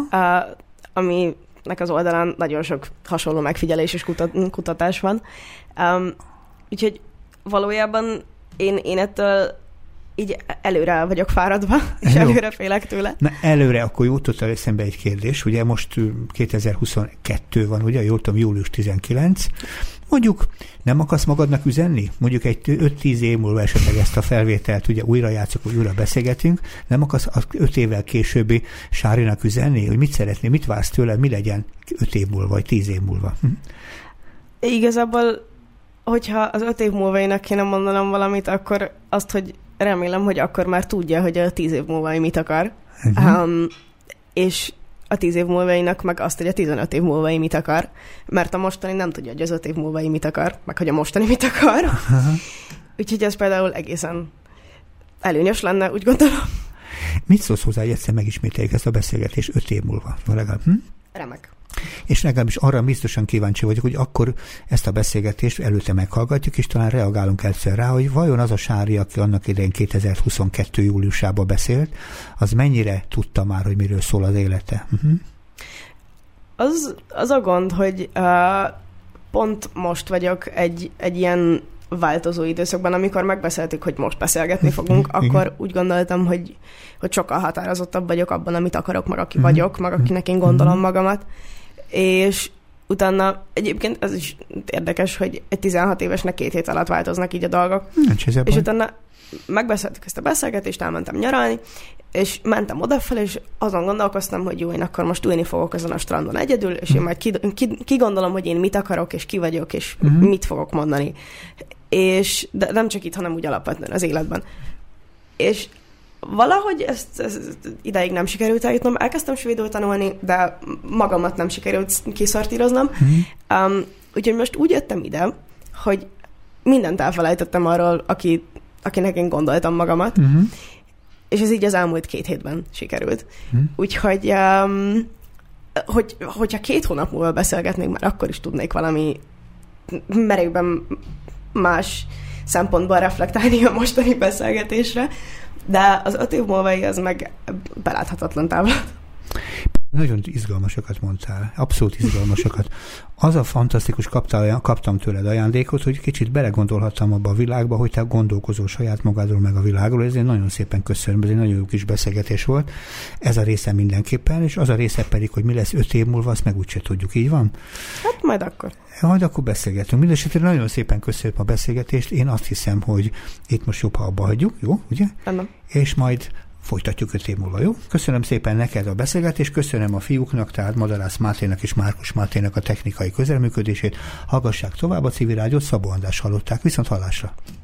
aminek az oldalán nagyon sok hasonló megfigyelés és kutat, kutatás van. Um, úgyhogy valójában én, én ettől így előre vagyok fáradva, és jó. Előre félek tőle. Na előre, akkor jutott eszembe egy kérdés. Ugye most kétezer-huszonkettő van, ugye, jól tudom, július tizenkilenc. Mondjuk nem akarsz magadnak üzenni? Mondjuk egy öt-tíz év múlva esetleg ezt a felvételt ugye újra játszok, vagy újra beszélgetünk. Nem akarsz öt évvel későbbi Sárinak üzenni? Hogy mit szeretnél, mit vársz tőle, mi legyen öt év múlva, vagy tíz év múlva? Hm? Igazából, hogyha az öt év múlva ének kéne mondanom valamit, akkor azt, hogy remélem, hogy akkor már tudja, hogy a tíz év múlva mit akar. Uh-huh. Um, és a tíz év múlvainak meg azt, hogy a tizenöt év múlvai mit akar, mert a mostani nem tudja, hogy az öt év múlvai mit akar, meg hogy a mostani mit akar. Uh-huh. Úgyhogy ez például egészen előnyös lenne, úgy gondolom. Mit szólsz hozzá, hogy egyszer megismételjük ezt a beszélgetést öt év múlva? Legalább, hm? Remek. És legalábbis arra biztosan kíváncsi vagyok, hogy akkor ezt a beszélgetést előtte meghallgatjuk, és talán reagálunk egyszer rá, hogy vajon az a Sári, aki annak idején kétezer-huszonkettő júliusában beszélt, az mennyire tudta már, hogy miről szól az élete? Uh-huh. Az, az a gond, hogy uh, pont most vagyok egy, egy ilyen változó időszakban, amikor megbeszéltük, hogy most beszélgetni fogunk, uh-huh. akkor úgy gondoltam, hogy, hogy sokkal határozottabb vagyok abban, amit akarok, meg aki uh-huh. vagyok, meg akinek én gondolom uh-huh. magamat. És utána egyébként ez is érdekes, hogy egy tizenhat évesnek két hét alatt változnak így a dolgok. Hmm, és utána megbeszéltük ezt a beszélgetést, elmentem nyaralni, és mentem odafelé, és azon gondolkoztam, hogy jó, én akkor most ülni fogok ezen a strandon egyedül, és én majd kigondolom, ki, ki hogy én mit akarok, és ki vagyok, és uh-huh. mit fogok mondani. És de nem csak itt, hanem úgy alapvetően az életben. És valahogy ezt, ezt ideig nem sikerült eljutnom. Elkezdtem svédül tanulni, de magamat nem sikerült kiszortíroznom. Mm. Um, úgyhogy most úgy jöttem ide, hogy mindent elfelejtettem arról, aki, akinek én gondoltam magamat. Mm. És ez így az elmúlt két hétben sikerült. Mm. Úgyhogy um, hogy, hogyha két hónap múlva beszélgetnénk, már akkor is tudnék valami merékben más szempontból reflektálni a mostani beszélgetésre. De az öt év múlvai az meg beláthatatlan távlat. Nagyon izgalmasokat mondtál, abszolút izgalmasokat. Az a fantasztikus, kaptál, kaptam tőled ajándékot, hogy kicsit belegondolhattam abba a világba, hogy te gondolkozol saját magadról meg a világról, ezért nagyon szépen köszönöm, ez egy nagyon jó kis beszélgetés volt. Ez a része mindenképpen, és az a része pedig, hogy mi lesz öt év múlva, azt meg úgyse tudjuk, így van? Hát majd akkor. Majd akkor beszélgetünk. Mindenesetre nagyon szépen köszönöm a beszélgetést. Én azt hiszem, hogy itt most jobb, ha abba hagyjuk, jó, ugye? Nem. És majd folytatjuk öt év múlva, jó? Köszönöm szépen neked a beszélgetést, köszönöm a fiúknak, tehát Madarász Máténak és Márkus Máténak a technikai közreműködését. Hallgassák tovább a Civil Rádiót, Szabó András hallották. Viszont hallásra!